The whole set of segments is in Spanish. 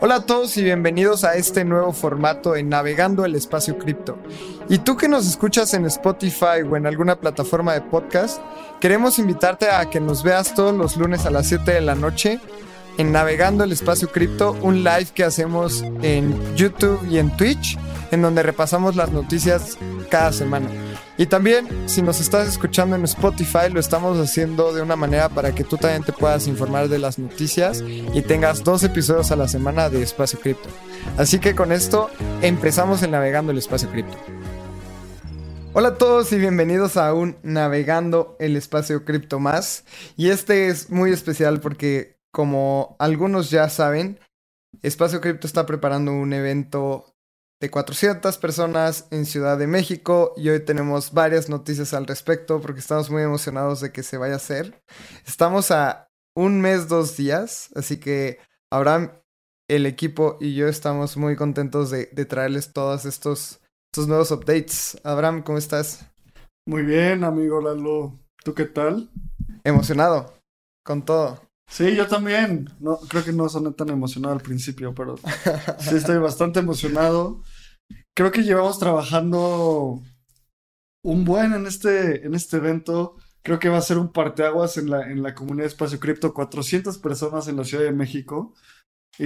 Hola a todos y bienvenidos a este nuevo formato en Navegando el Espacio Cripto. Y tú que nos escuchas en Spotify o en alguna plataforma de podcast, queremos invitarte a que nos veas todos los lunes a las 7 de la noche en Navegando el Espacio Cripto, un live que hacemos en YouTube y en Twitch, en donde repasamos las noticias cada semana. Y también, si nos estás escuchando en Spotify, lo estamos haciendo de una manera para que tú también te puedas informar de las noticias y tengas 2 episodios a la semana de Espacio Cripto. Así que con esto, empezamos en Navegando el Espacio Cripto. Hola a todos y bienvenidos a un Navegando el Espacio Cripto más. Y este es muy especial porque, como algunos ya saben, Espacio Cripto está preparando un evento de 400 personas en Ciudad de México y hoy tenemos varias noticias al respecto porque estamos muy emocionados de que se vaya a hacer. Estamos a un mes, 2 días, así que Abraham, el equipo y yo estamos muy contentos de traerles todos estos nuevos updates. Abraham, ¿cómo estás? Muy bien, amigo Lalo. ¿Tú qué tal? Emocionado, con todo. Sí, yo también. No, creo que no soné tan emocionado al principio, pero sí estoy bastante emocionado. Creo que llevamos trabajando un buen en este evento. Creo que va a ser un parteaguas en la comunidad de Espacio Cripto. 400 personas en la Ciudad de México. Y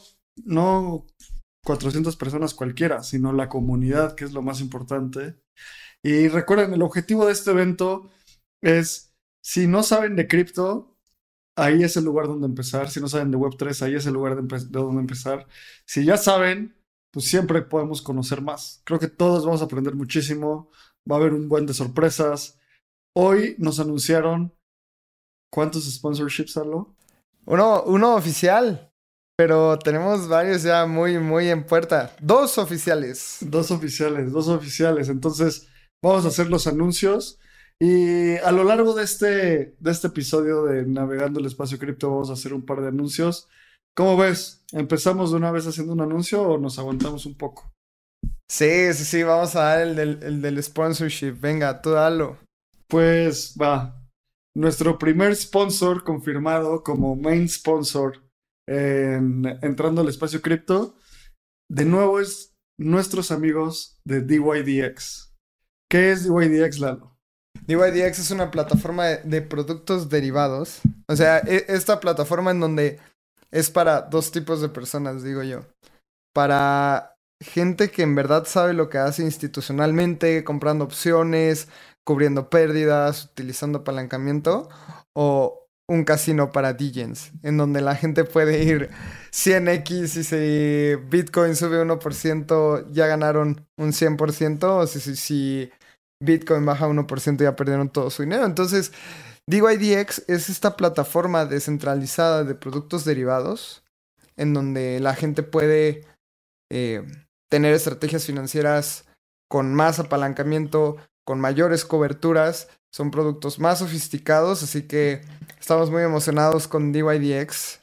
no 400 personas cualquiera, sino la comunidad, que es lo más importante. Y recuerden, el objetivo de este evento es, si no saben de cripto, ahí es el lugar donde empezar. Si no saben de Web3, ahí es el lugar de donde empezar. Si ya saben, pues siempre podemos conocer más. Creo que todos vamos a aprender muchísimo. Va a haber un buen de sorpresas. Hoy nos anunciaron ¿cuántos sponsorships, Arlo? Uno oficial, pero tenemos varios ya muy en puerta. 2 oficiales. Dos oficiales. Entonces, vamos a hacer los anuncios. Y a lo largo de este episodio de Navegando el Espacio Cripto vamos a hacer un par de anuncios. ¿Cómo ves? ¿Empezamos de una vez haciendo un anuncio o nos aguantamos un poco? Sí, vamos a dar el del sponsorship. Venga, tú dalo. Pues va. Nuestro primer sponsor confirmado como main sponsor entrando al Espacio Cripto, de nuevo es nuestros amigos de DYDX. ¿Qué es DYDX, Lalo? DYDX es una plataforma de productos derivados. O sea, esta plataforma en donde es para 2 tipos de personas, digo yo. Para gente que en verdad sabe lo que hace institucionalmente, comprando opciones, cubriendo pérdidas, utilizando apalancamiento, o un casino para DJs, en donde la gente puede ir 100x y si Bitcoin sube 1% ya ganaron un 100%, o si Bitcoin baja 1% ya perdieron todo su dinero. Entonces, DYDX es esta plataforma descentralizada de productos derivados en donde la gente puede tener estrategias financieras con más apalancamiento, con mayores coberturas. Son productos más sofisticados, así que estamos muy emocionados con DYDX.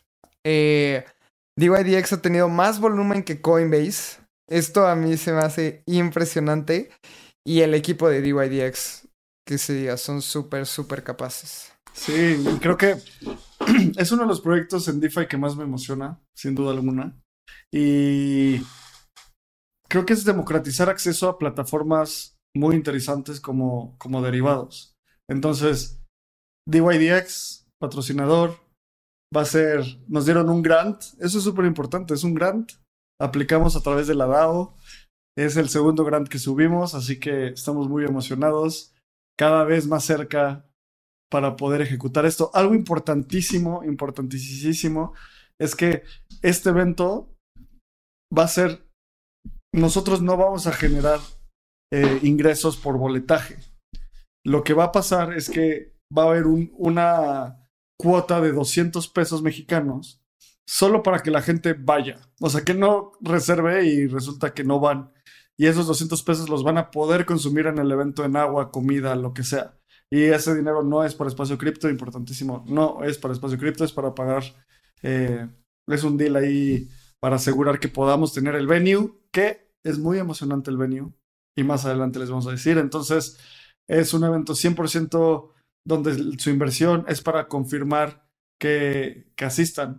DYDX ha tenido más volumen que Coinbase. Esto a mí se me hace impresionante. Y el equipo de DYDX, que se diga, son súper capaces. Sí, creo que es uno de los proyectos en DeFi que más me emociona, sin duda alguna. Y creo que es democratizar acceso a plataformas muy interesantes como derivados. Entonces, DYDX, patrocinador, va a ser, nos dieron un grant, eso es súper importante, es un grant, aplicamos a través de la DAO, es el segundo grant que subimos, así que estamos muy emocionados, cada vez más cerca para poder ejecutar esto. Algo importantísimo, es que este evento va a ser, nosotros no vamos a generar ingresos por boletaje. Lo que va a pasar es que va a haber una cuota de 200 pesos mexicanos solo para que la gente vaya. O sea, que no reserve y resulta que no van. Y esos 200 pesos los van a poder consumir en el evento en agua, comida, lo que sea. Y ese dinero no es para Espacio Cripto, importantísimo. No es para Espacio Cripto, es para pagar. Es un deal ahí para asegurar que podamos tener el venue, que es muy emocionante el venue. Y más adelante les vamos a decir. Entonces, es un evento 100% donde su inversión es para confirmar que asistan.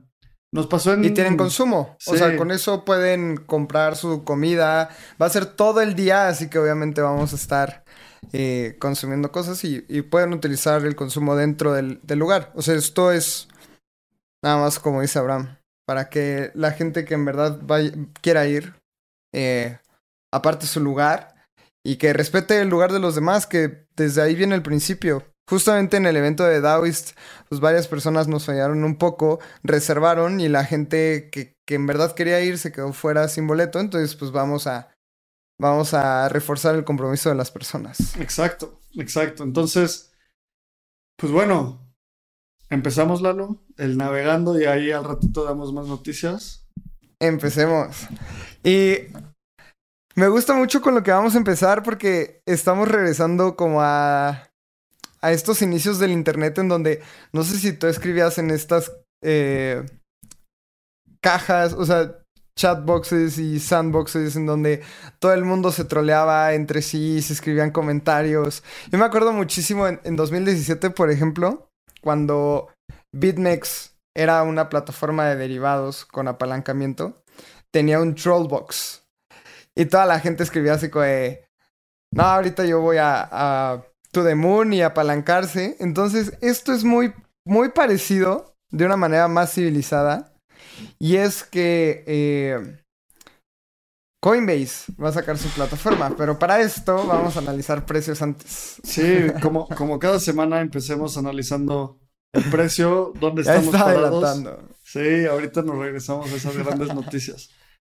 Nos pasó en... Y tienen consumo. Sí. O sea, con eso pueden comprar su comida. Va a ser todo el día, así que obviamente vamos a estar consumiendo cosas y pueden utilizar el consumo dentro del lugar. O sea, esto es nada más como dice Abraham, para que la gente que en verdad quiera ir, aparte su lugar y que respete el lugar de los demás, que desde ahí viene el principio. Justamente en el evento de Daoist, pues varias personas nos fallaron un poco, reservaron y la gente que en verdad quería ir se quedó fuera sin boleto. Entonces, pues vamos a reforzar el compromiso de las personas. Exacto. Entonces, pues bueno, empezamos, Lalo, el navegando y ahí al ratito damos más noticias. Empecemos. Y me gusta mucho con lo que vamos a empezar porque estamos regresando como a estos inicios del internet en donde no sé si tú escribías en estas cajas, o sea, chatboxes y sandboxes en donde todo el mundo se troleaba entre sí, se escribían comentarios. Yo me acuerdo muchísimo en 2017, por ejemplo, cuando BitMEX era una plataforma de derivados con apalancamiento, tenía un trollbox. Y toda la gente escribía así como de, no, ahorita yo voy a To the Moon y apalancarse. Entonces, esto es muy, muy parecido de una manera más civilizada. Y es que Coinbase va a sacar su plataforma. Pero para esto vamos a analizar precios antes. Sí, como cada semana empecemos analizando el precio, dónde Ya estamos está parados. adelantando. Sí, ahorita nos regresamos a esas grandes noticias.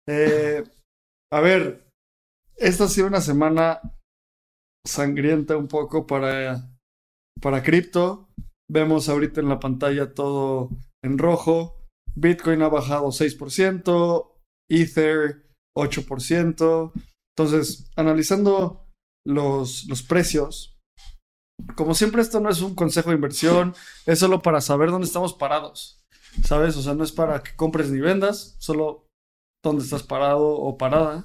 A ver, esta ha sido una semana sangrienta un poco para cripto. Vemos ahorita en la pantalla todo en rojo. Bitcoin ha bajado 6%, Ether 8%. Entonces, analizando los precios, como siempre esto no es un consejo de inversión, es solo para saber dónde estamos parados, ¿sabes? O sea, no es para que compres ni vendas, solo dónde estás parado o parada.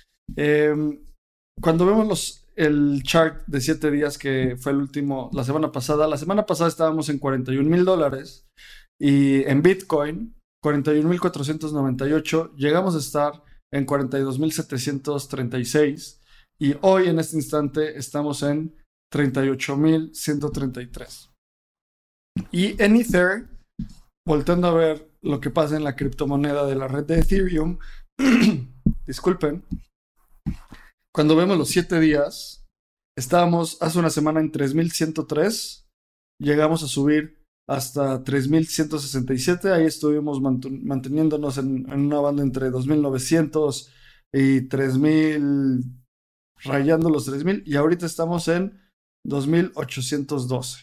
Cuando vemos el chart de 7 días que fue el último, la semana pasada estábamos en $41,000 y en Bitcoin 41,498, llegamos a estar en 42,736 y hoy en este instante estamos en 38,133. Y en Ether, volteando a ver lo que pasa en la criptomoneda de la red de Ethereum, disculpen, cuando vemos los 7 días, estábamos hace una semana en 3,103, llegamos a subir hasta 3,167, ahí estuvimos manteniéndonos en una banda entre 2,900 y 3,000, rayando los 3,000, y ahorita estamos en 2,812.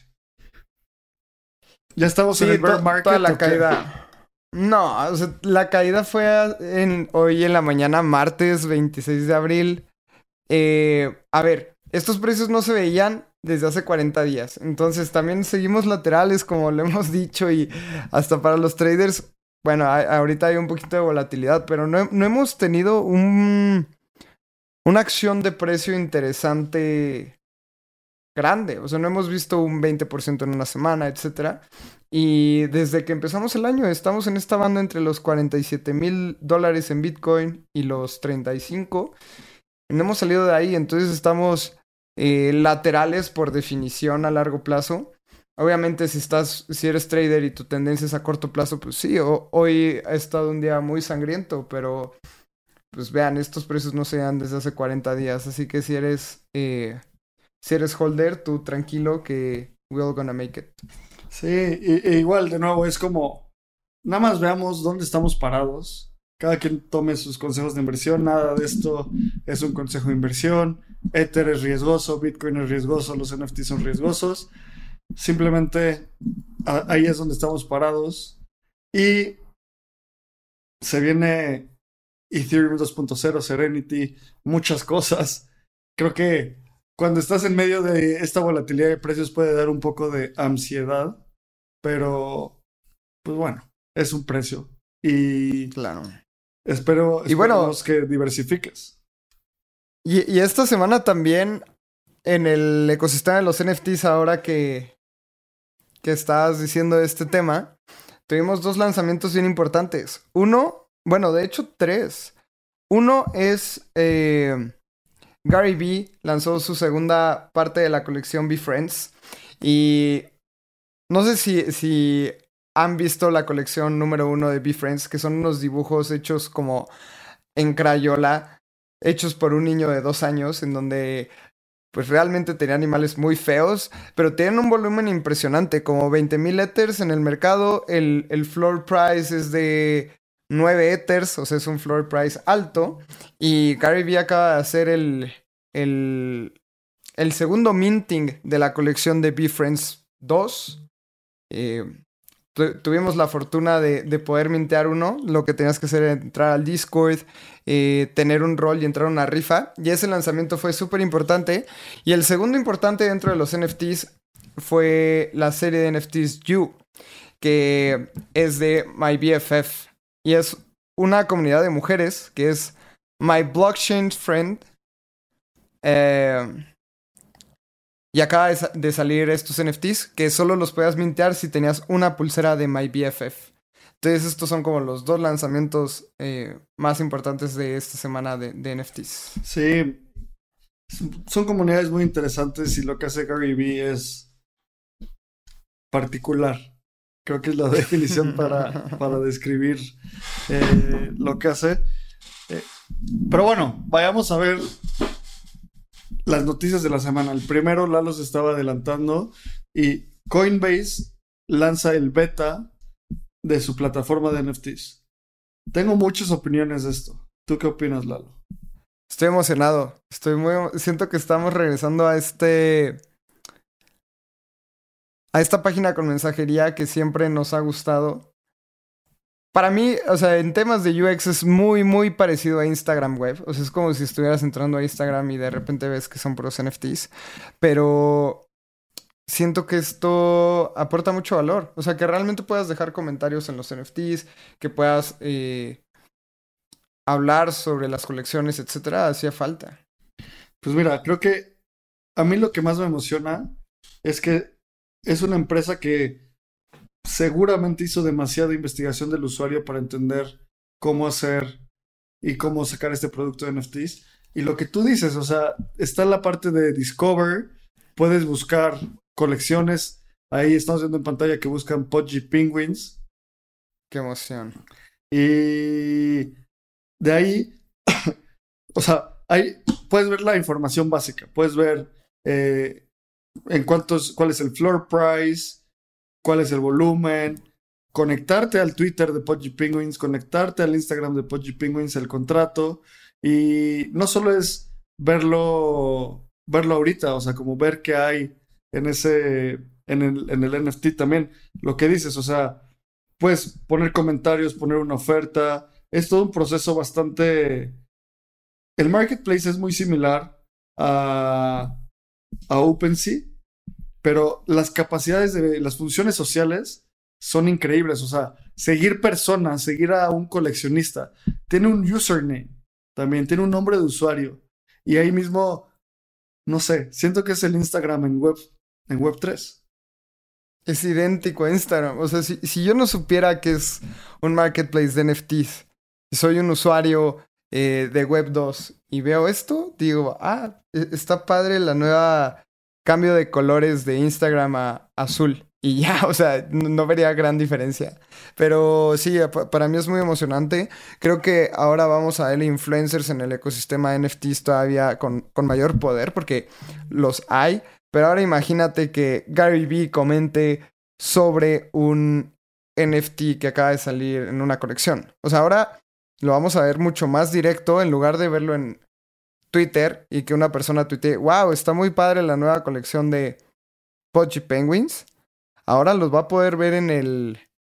Ya estamos en el bear market. Toda la caída. No, o sea, la caída fue hoy en la mañana, martes 26 de abril. A ver, estos precios no se veían desde hace 40 días. Entonces también seguimos laterales, como lo hemos dicho, y hasta para los traders, bueno, ahorita hay un poquito de volatilidad, pero no hemos tenido una acción de precio interesante grande. O sea, no hemos visto un 20% en una semana, etcétera. Y desde que empezamos el año estamos en esta banda entre los $47,000 en Bitcoin y los 35. No hemos salido de ahí, entonces estamos laterales por definición a largo plazo. Obviamente si eres trader y tu tendencia es a corto plazo, pues sí, hoy ha estado un día muy sangriento, pero pues vean, estos precios no se dan desde hace 40 días, así que si eres holder, tú tranquilo que we're gonna make it. Sí, e igual de nuevo es como, nada más veamos dónde estamos parados. Cada quien tome sus consejos de inversión. Nada de esto es un consejo de inversión. Ether es riesgoso, Bitcoin es riesgoso, los NFT son riesgosos. Simplemente ahí es donde estamos parados. Y se viene Ethereum 2.0, Serenity, muchas cosas. Creo que cuando estás en medio de esta volatilidad de precios puede dar un poco de ansiedad. Pero, pues bueno, es un precio. Y claro. Espero bueno, que diversifiques. Y esta semana también en el ecosistema de los NFTs, ahora que estás diciendo este tema, tuvimos dos lanzamientos bien importantes. Bueno, de hecho, tres. Uno es Gary Vee lanzó su segunda parte de la colección Be Friends. Y no sé si han visto la colección número 1 de Be Friends, que son unos dibujos hechos como en crayola, hechos por un niño de 2 años, en donde pues realmente tenía animales muy feos, pero tienen un volumen impresionante, como 20,000 Ethers en el mercado. El floor price es de 9 Ethers, o sea, es un floor price alto. Y Gary Vee acaba de hacer el segundo minting de la colección de Be Friends 2. Tuvimos la fortuna de poder mintear uno. Lo que tenías que hacer era entrar al Discord, tener un rol y entrar a una rifa. Y ese lanzamiento fue súper importante. Y el segundo importante dentro de los NFTs fue la serie de NFTs You, que es de My BFF. Y es una comunidad de mujeres que es My Blockchain Friend. Y acaba de salir estos NFTs que solo los podías mintear si tenías una pulsera de My BFF. Entonces estos son como los dos lanzamientos más importantes de esta semana de NFTs. Sí, son comunidades muy interesantes y lo que hace Gary Vee es particular. Creo que es la definición para describir lo que hace. Pero bueno, vayamos a ver las noticias de la semana. El primero, Lalo se estaba adelantando y Coinbase lanza el beta de su plataforma de NFTs. Tengo muchas opiniones de esto. ¿Tú qué opinas, Lalo? Estoy emocionado. Siento que estamos regresando a esta página con mensajería que siempre nos ha gustado. Para mí, o sea, en temas de UX es muy, muy parecido a Instagram Web. O sea, es como si estuvieras entrando a Instagram y de repente ves que son puros NFTs. Pero siento que esto aporta mucho valor. O sea, que realmente puedas dejar comentarios en los NFTs, que puedas hablar sobre las colecciones, etcétera. Hacía falta. Pues mira, creo que a mí lo que más me emociona es que es una empresa que seguramente hizo demasiada investigación del usuario para entender cómo hacer y cómo sacar este producto de NFTs. Y lo que tú dices, o sea, está en la parte de Discover, puedes buscar colecciones. Ahí estamos viendo en pantalla que buscan Pudgy Penguins. Qué emoción. Y de ahí, o sea, ahí puedes ver la información básica, puedes ver cuál es el floor price, cuál es el volumen, conectarte al Twitter de Pudgy Penguins, conectarte al Instagram de Pudgy Penguins, el contrato, y no solo es verlo ahorita, o sea, como ver qué hay en el NFT también, lo que dices, o sea, puedes poner comentarios, poner una oferta, es todo un proceso bastante... El marketplace es muy similar a OpenSea, pero las capacidades de las funciones sociales son increíbles. O sea, seguir personas, seguir a un coleccionista. Tiene un username también, tiene un nombre de usuario. Y ahí mismo, no sé, siento que es el Instagram en Web3. Es idéntico a Instagram. O sea, si yo no supiera que es un marketplace de NFTs, y soy un usuario de Web2 y veo esto, digo, está padre la nueva cambio de colores de Instagram a azul. Y ya, o sea, no vería gran diferencia. Pero sí, para mí es muy emocionante. Creo que ahora vamos a ver influencers en el ecosistema de NFTs todavía con mayor poder, porque los hay. Pero ahora imagínate que Gary Vee comente sobre un NFT que acaba de salir en una colección. O sea, ahora lo vamos a ver mucho más directo en lugar de verlo en Twitter y que una persona tuitee, wow, está muy padre la nueva colección de Pudgy Penguins. Ahora los va a poder ver en el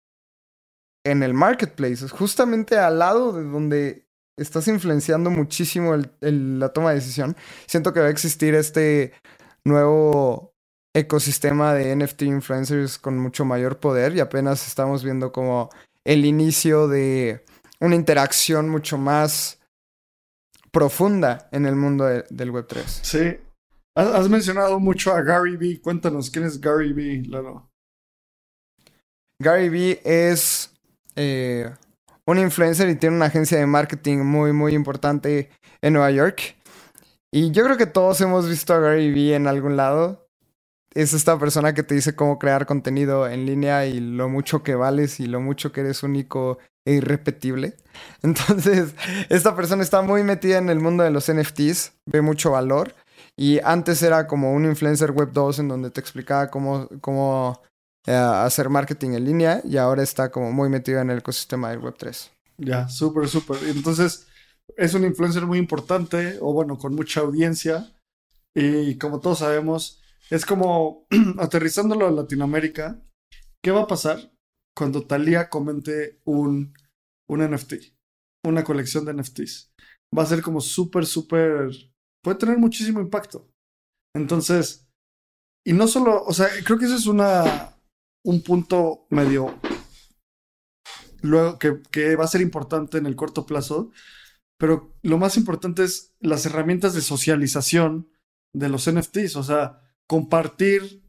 marketplace, justamente al lado de donde estás influenciando muchísimo la toma de decisión. Siento que va a existir este nuevo ecosistema de NFT influencers con mucho mayor poder y apenas estamos viendo como el inicio de una interacción mucho más profunda en el mundo del Web3. Sí. Has mencionado mucho a Gary Vee. Cuéntanos, ¿quién es Gary Vee, Lalo? Gary Vee es un influencer y tiene una agencia de marketing muy, muy importante en Nueva York. Y yo creo que todos hemos visto a Gary Vee en algún lado. Es esta persona que te dice cómo crear contenido en línea y lo mucho que vales y lo mucho que eres único e irrepetible. Entonces, esta persona está muy metida en el mundo de los NFTs, ve mucho valor. Y antes era como un influencer web 2 en donde te explicaba cómo hacer marketing en línea, y ahora está como muy metido en el ecosistema del web 3. Ya, súper, súper. Entonces, es un influencer muy importante, o bueno, con mucha audiencia. Y como todos sabemos, es como aterrizándolo a Latinoamérica. ¿Qué va a pasar cuando Thalía comente un NFT? Una colección de NFTs. Va a ser como súper, súper... Puede tener muchísimo impacto. Entonces, y no solo... O sea, creo que eso es un punto medio... Luego que va a ser importante en el corto plazo. Pero lo más importante es las herramientas de socialización de los NFTs. O sea, compartir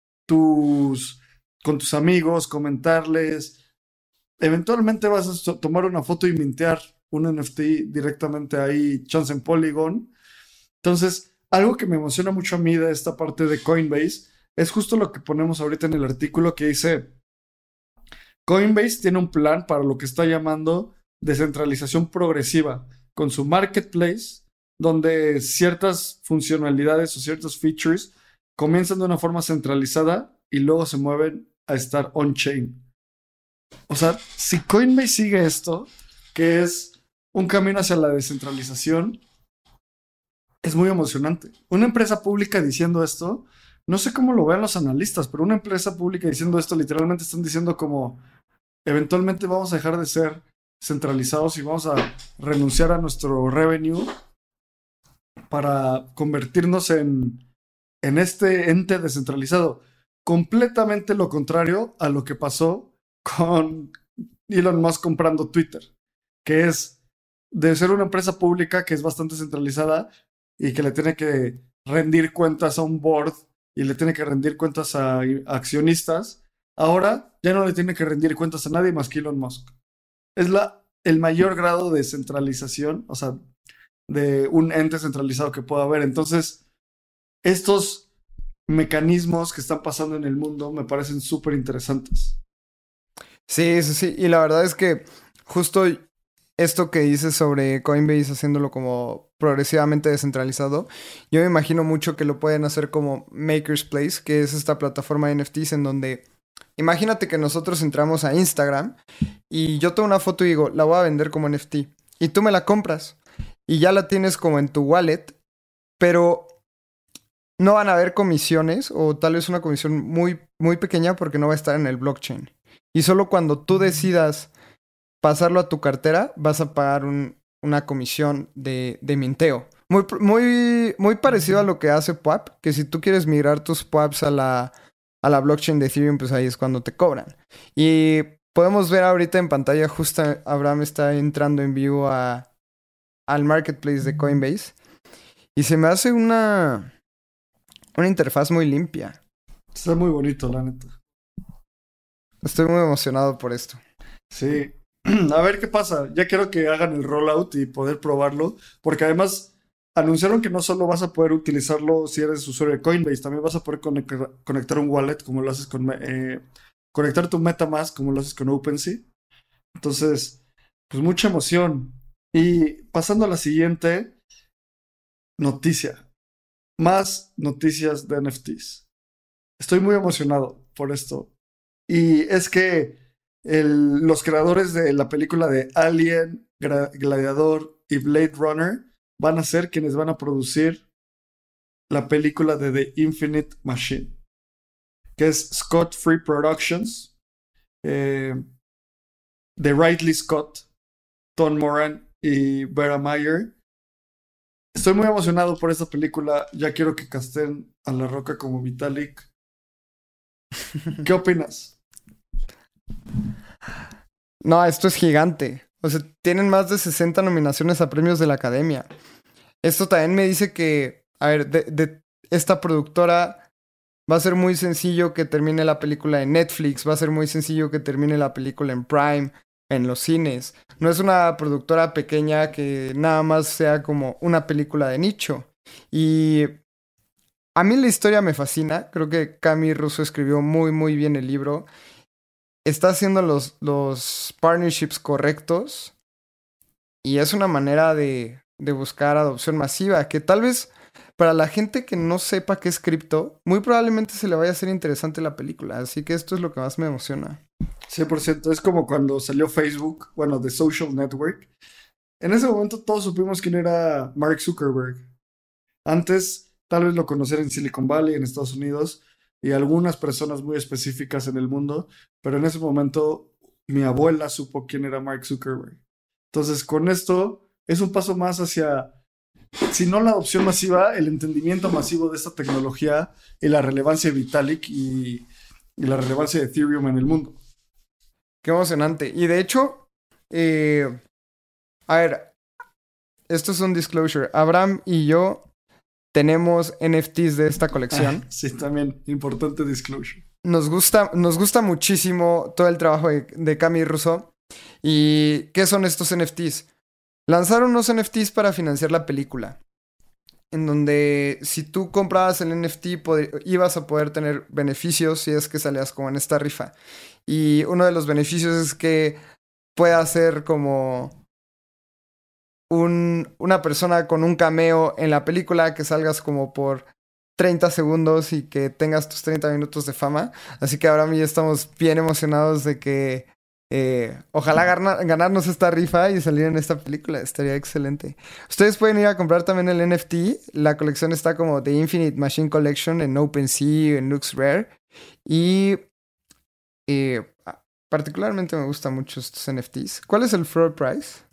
con tus amigos, comentarles. Eventualmente vas a tomar una foto y mintear un NFT directamente ahí, chance en Polygon. Entonces, algo que me emociona mucho a mí de esta parte de Coinbase es justo lo que ponemos ahorita en el artículo que dice: Coinbase tiene un plan para lo que está llamando descentralización progresiva, con su marketplace, donde ciertas funcionalidades o ciertos features comienzan de una forma centralizada y luego se mueven a estar on-chain. O sea, si Coinbase sigue esto, que es un camino hacia la descentralización, es muy emocionante. Una empresa pública diciendo esto, no sé cómo lo vean los analistas, pero una empresa pública diciendo esto, literalmente están diciendo como, eventualmente vamos a dejar de ser centralizados y vamos a renunciar a nuestro revenue para convertirnos en este ente descentralizado. Completamente lo contrario a lo que pasó con Elon Musk comprando Twitter, que es de ser una empresa pública que es bastante centralizada y que le tiene que rendir cuentas a un board y le tiene que rendir cuentas a accionistas. Ahora ya no le tiene que rendir cuentas a nadie más que Elon Musk. Es el mayor grado de centralización, o sea, de un ente centralizado que pueda haber. Entonces, estos mecanismos que están pasando en el mundo me parecen súper interesantes. Sí, sí, sí. Y la verdad es que justo esto que dices sobre Coinbase haciéndolo como progresivamente descentralizado, yo me imagino mucho que lo pueden hacer como Maker's Place, que es esta plataforma de NFTs en donde, imagínate que nosotros entramos a Instagram y yo tomo una foto y digo, la voy a vender como NFT. Y tú me la compras y ya la tienes como en tu wallet, pero no van a haber comisiones o tal vez una comisión muy, muy pequeña porque no va a estar en el blockchain. Y solo cuando tú decidas pasarlo a tu cartera, vas a pagar una comisión de minteo. Muy, muy, muy parecido a lo que hace PUAP, que si tú quieres migrar tus PUAPs a la blockchain de Ethereum, pues ahí es cuando te cobran. Y podemos ver ahorita en pantalla, justo Abraham está entrando en vivo al marketplace de Coinbase. Y se me hace una interfaz muy limpia. Está muy bonito, la neta. Estoy muy emocionado por esto. Sí. A ver qué pasa. Ya quiero que hagan el rollout y poder probarlo. Porque además anunciaron que no solo vas a poder utilizarlo si eres usuario de Coinbase, también vas a poder conectar un wallet como lo haces con... conectar tu MetaMask como lo haces con OpenSea. Entonces, pues mucha emoción. Y pasando a la siguiente noticia. Más noticias de NFTs. Estoy muy emocionado por esto. Y es que los creadores de la película de Alien, Gladiador y Blade Runner van a ser quienes van a producir la película de The Infinite Machine, que es Scott Free Productions, de Ridley Scott, Tom Moran y Vera Mayer. Estoy muy emocionado por esta película. Ya quiero que casten a La Roca como Vitalik. ¿Qué opinas? No, esto es gigante. O sea, tienen más de 60 nominaciones a premios de la Academia. Esto también me dice que, a ver, de esta productora Va a ser muy sencillo que termine la película en Netflix, va a ser muy sencillo que termine la película en Prime, en los cines. No es una productora pequeña que nada más sea como una película de nicho. Y a mí la historia me fascina, creo que Cami Russo escribió muy muy bien el libro. Está haciendo los partnerships correctos y es una manera de buscar adopción masiva que tal vez para la gente que no sepa qué es cripto, muy probablemente se le vaya a hacer interesante la película. Así que esto es lo que más me emociona. 100%. Es como cuando salió Facebook, bueno, The Social Network. En ese momento todos supimos quién era Mark Zuckerberg. Antes, tal vez lo conocieran en Silicon Valley, en Estados Unidos, y algunas personas muy específicas en el mundo, pero en ese momento mi abuela supo quién era Mark Zuckerberg. Entonces, con esto es un paso más hacia, si no la adopción masiva, el entendimiento masivo de esta tecnología y la relevancia de Vitalik y la relevancia de Ethereum en el mundo. Qué emocionante. Y de hecho, a ver, esto es un disclosure. Abraham y yo tenemos NFTs de esta colección. Sí, también importante disclosure. Nos gusta muchísimo todo el trabajo de Cami Russo. ¿Y qué son estos NFTs? Lanzaron unos NFTs para financiar la película. En donde si tú comprabas el NFT ibas a poder tener beneficios si es que salías como en esta rifa. Y uno de los beneficios es que pueda ser como una persona con un cameo en la película, que salgas como por 30 segundos y que tengas tus 30 minutos de fama. Así que ahora ya estamos bien emocionados de que ojalá ganarnos esta rifa y salir en esta película. Estaría excelente. Ustedes pueden ir a comprar también el NFT. La colección está como The Infinite Machine Collection en OpenSea, en LuxRare. Y particularmente me gustan mucho estos NFTs. ¿Cuál es el floor price?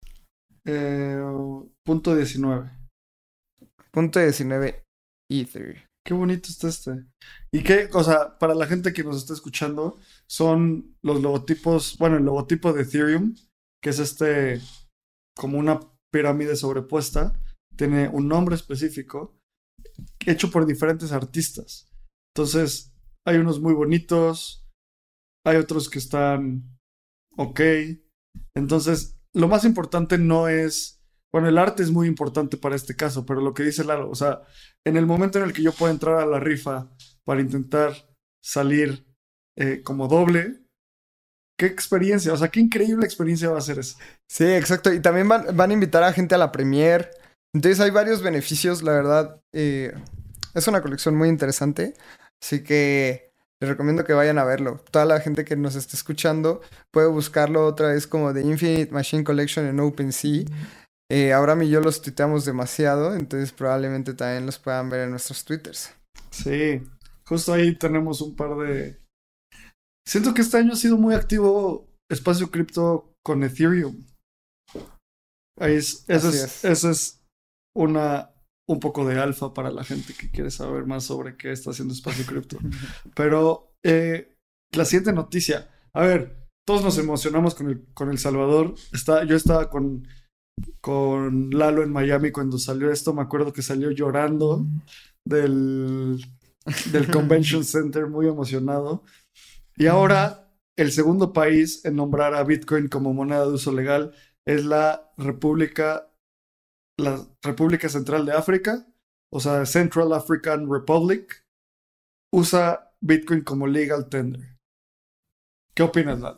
Punto 19. Punto 19 Ether. Qué bonito está este. Y qué, o sea, para la gente que nos está escuchando, son los logotipos, bueno, el logotipo de Ethereum, que es como una pirámide sobrepuesta, tiene un nombre específico, hecho por diferentes artistas. Entonces, hay unos muy bonitos, hay otros que están ok. Entonces, lo más importante no es, bueno, el arte es muy importante para este caso, pero lo que dice Lalo, o sea, en el momento en el que yo pueda entrar a la rifa para intentar salir como doble, qué experiencia, o sea, qué increíble experiencia va a ser eso. Sí, exacto. Y también van a invitar a gente a la premiere. Entonces hay varios beneficios, la verdad. Es una colección muy interesante. Así que les recomiendo que vayan a verlo. Toda la gente que nos esté escuchando puede buscarlo otra vez como The Infinite Machine Collection en OpenSea. Abraham y yo los tuiteamos demasiado, entonces probablemente también los puedan ver en nuestros twitters. Sí, justo ahí tenemos un par de... Siento que este año ha sido muy activo Espacio Cripto con Ethereum. Eso es un poco de alfa para la gente que quiere saber más sobre qué está haciendo Espacio Cripto. Pero la siguiente noticia. A ver, todos nos emocionamos con El Salvador. Yo estaba con Lalo en Miami cuando salió esto. Me acuerdo que salió llorando del Convention Center, muy emocionado. Y ahora el segundo país en nombrar a Bitcoin como moneda de uso legal es la República Central de África, o sea, Central African Republic, usa Bitcoin como legal tender. ¿Qué opinas, Lalo?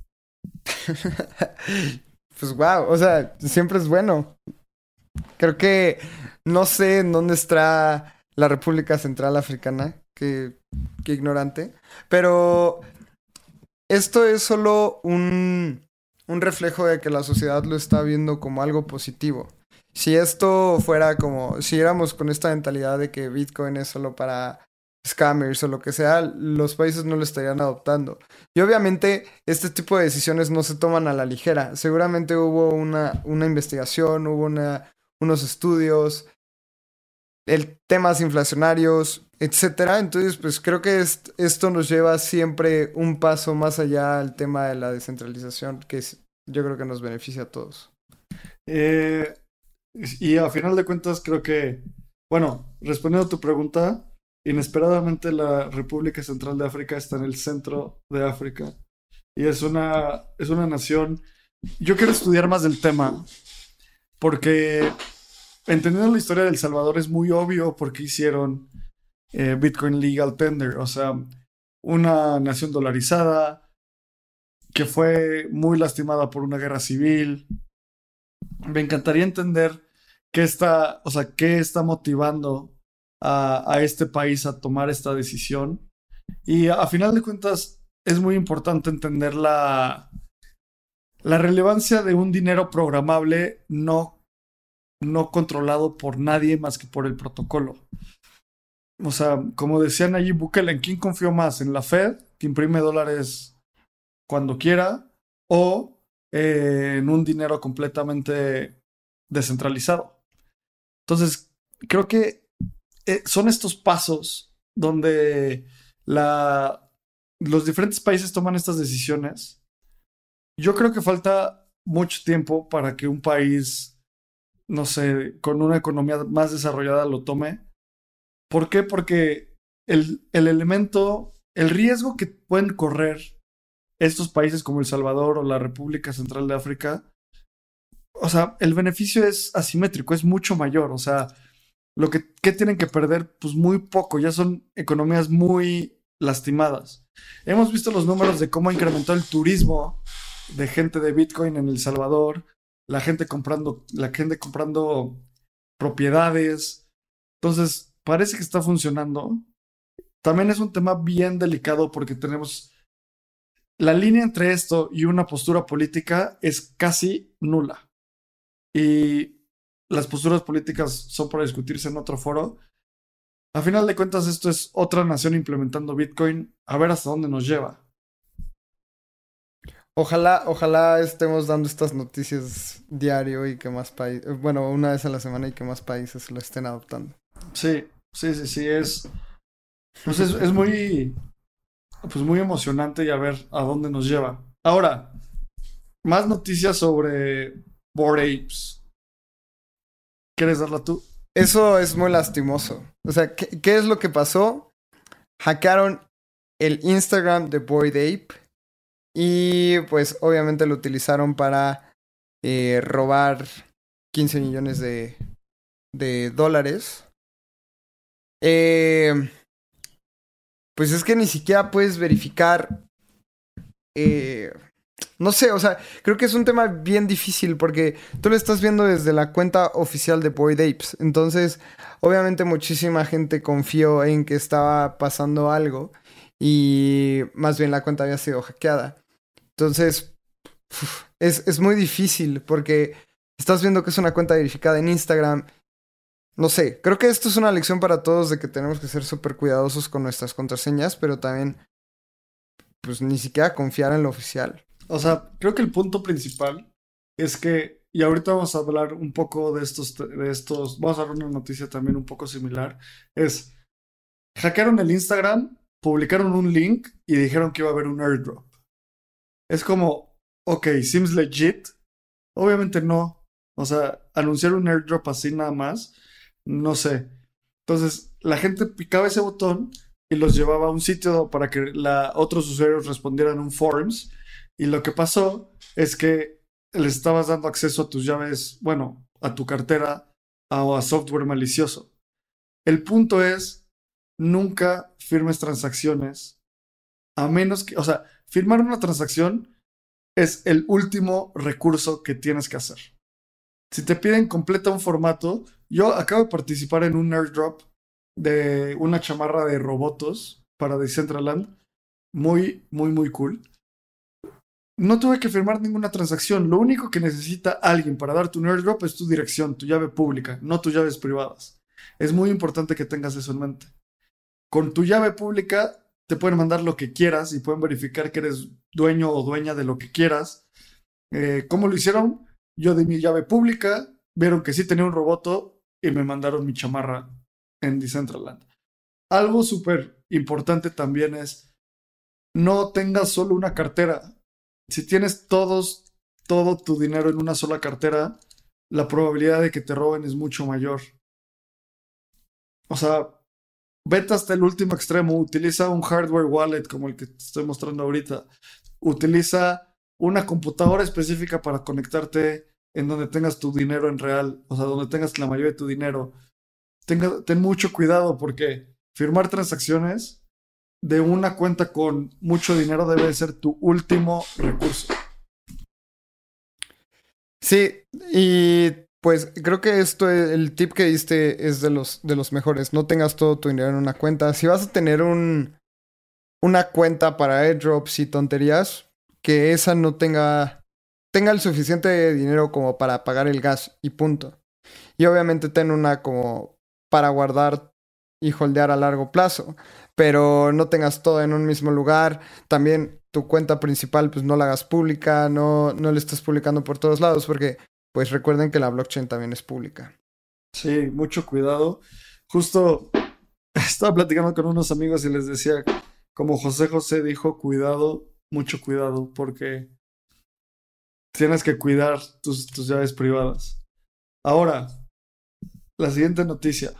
Pues wow, o sea, siempre es bueno. Creo que no sé en dónde está la República Central Africana, qué ignorante, pero esto es solo un reflejo de que la sociedad lo está viendo como algo positivo. Si esto fuera como, si éramos con esta mentalidad de que Bitcoin es solo para scammers o lo que sea, los países no lo estarían adoptando. Y obviamente este tipo de decisiones no se toman a la ligera. Seguramente hubo una investigación, hubo unos estudios, temas inflacionarios, etcétera. Entonces, pues creo que esto nos lleva siempre un paso más allá al tema de la descentralización, que yo creo que nos beneficia a todos. Y a final de cuentas creo que, bueno, respondiendo a tu pregunta, inesperadamente la República Central de África está en el centro de África y es una nación. Yo quiero estudiar más del tema porque entendiendo la historia de El Salvador es muy obvio por qué hicieron Bitcoin Legal Tender, o sea, una nación dolarizada que fue muy lastimada por una guerra civil. Me encantaría entender o sea, qué está motivando a este país a tomar esta decisión. Y a final de cuentas, es muy importante entender la relevancia de un dinero programable no controlado por nadie más que por el protocolo. O sea, como decía Nayib Bukele, ¿en quién confío más? ¿En la Fed, que imprime dólares cuando quiera, o en un dinero completamente descentralizado? Entonces, creo que son estos pasos donde los diferentes países toman estas decisiones. Yo creo que falta mucho tiempo para que un país, no sé, con una economía más desarrollada lo tome. ¿Por qué? Porque el riesgo que pueden correr estos países como El Salvador o la República Central de África, o sea, el beneficio es asimétrico, es mucho mayor. O sea, ¿qué tienen que perder? Pues muy poco, ya son economías muy lastimadas. Hemos visto los números de cómo ha incrementado el turismo de gente de Bitcoin en El Salvador, la gente comprando propiedades. Entonces, parece que está funcionando. También es un tema bien delicado porque tenemos la línea entre esto y una postura política es casi nula. Y las posturas políticas son para discutirse en otro foro. A final de cuentas, esto es otra nación implementando Bitcoin. A ver hasta dónde nos lleva. Ojalá estemos dando estas noticias diario y que más países, bueno, una vez a la semana y que más países lo estén adoptando. Sí, sí, sí, sí. Es muy emocionante y a ver a dónde nos lleva. Ahora, más noticias sobre Bored Apes. ¿Quieres darla tú? Eso es muy lastimoso. O sea, ¿qué es lo que pasó? Hackearon el Instagram de Bored Ape y pues obviamente lo utilizaron para robar 15 millones de dólares. Pues es que ni siquiera puedes verificar. No sé, o sea, creo que es un tema bien difícil porque tú lo estás viendo desde la cuenta oficial de Bored Apes. Entonces, obviamente muchísima gente confió en que estaba pasando algo y más bien la cuenta había sido hackeada. Entonces, es muy difícil porque estás viendo que es una cuenta verificada en Instagram. No sé, creo que esto es una lección para todos de que tenemos que ser súper cuidadosos con nuestras contraseñas, pero también, pues, ni siquiera confiar en lo oficial. O sea, creo que el punto principal es que, y ahorita vamos a hablar un poco vamos a dar una noticia también un poco similar, hackearon el Instagram, publicaron un link y dijeron que iba a haber un airdrop. Es como, ok, seems legit. Obviamente no. O sea, anunciar un airdrop así nada más, no sé. Entonces, la gente picaba ese botón y los llevaba a un sitio para que otros usuarios respondieran un forms. Y lo que pasó es que les estabas dando acceso a tus llaves, bueno, a tu cartera o a software malicioso. El punto es, nunca firmes transacciones, a menos que, o sea, firmar una transacción es el último recurso que tienes que hacer. Si te piden completa un formato, yo acabo de participar en un airdrop de una chamarra de robots para Decentraland. Muy, muy, muy cool. No tuve que firmar ninguna transacción. Lo único que necesita alguien para darte un airdrop es tu dirección, tu llave pública, no tus llaves privadas. Es muy importante que tengas eso en mente. Con tu llave pública te pueden mandar lo que quieras y pueden verificar que eres dueño o dueña de lo que quieras. ¿Cómo lo hicieron? Yo di mi llave pública, vieron que sí tenía un roboto y me mandaron mi chamarra en Decentraland. Algo súper importante también es no tengas solo una cartera. Si tienes todo tu dinero en una sola cartera, la probabilidad de que te roben es mucho mayor. O sea, vete hasta el último extremo, utiliza un hardware wallet como el que te estoy mostrando ahorita, utiliza una computadora específica para conectarte en donde tengas tu dinero en real, o sea, donde tengas la mayoría de tu dinero. Ten mucho cuidado porque firmar transacciones de una cuenta con mucho dinero debe ser tu último recurso. Sí, y pues creo que el tip que diste es de los mejores. No tengas todo tu dinero en una cuenta. Si vas a tener una cuenta para airdrops y tonterías, que esa no tenga el suficiente dinero como para pagar el gas y punto. Y obviamente ten una como para guardar y holdear a largo plazo, pero no tengas todo en un mismo lugar. También tu cuenta principal pues no la hagas pública, no la estés publicando por todos lados porque pues recuerden que la blockchain también es pública. Sí, mucho cuidado. Justo estaba platicando con unos amigos y les decía, como José José dijo, cuidado, mucho cuidado, porque tienes que cuidar tus llaves privadas. Ahora, la siguiente noticia.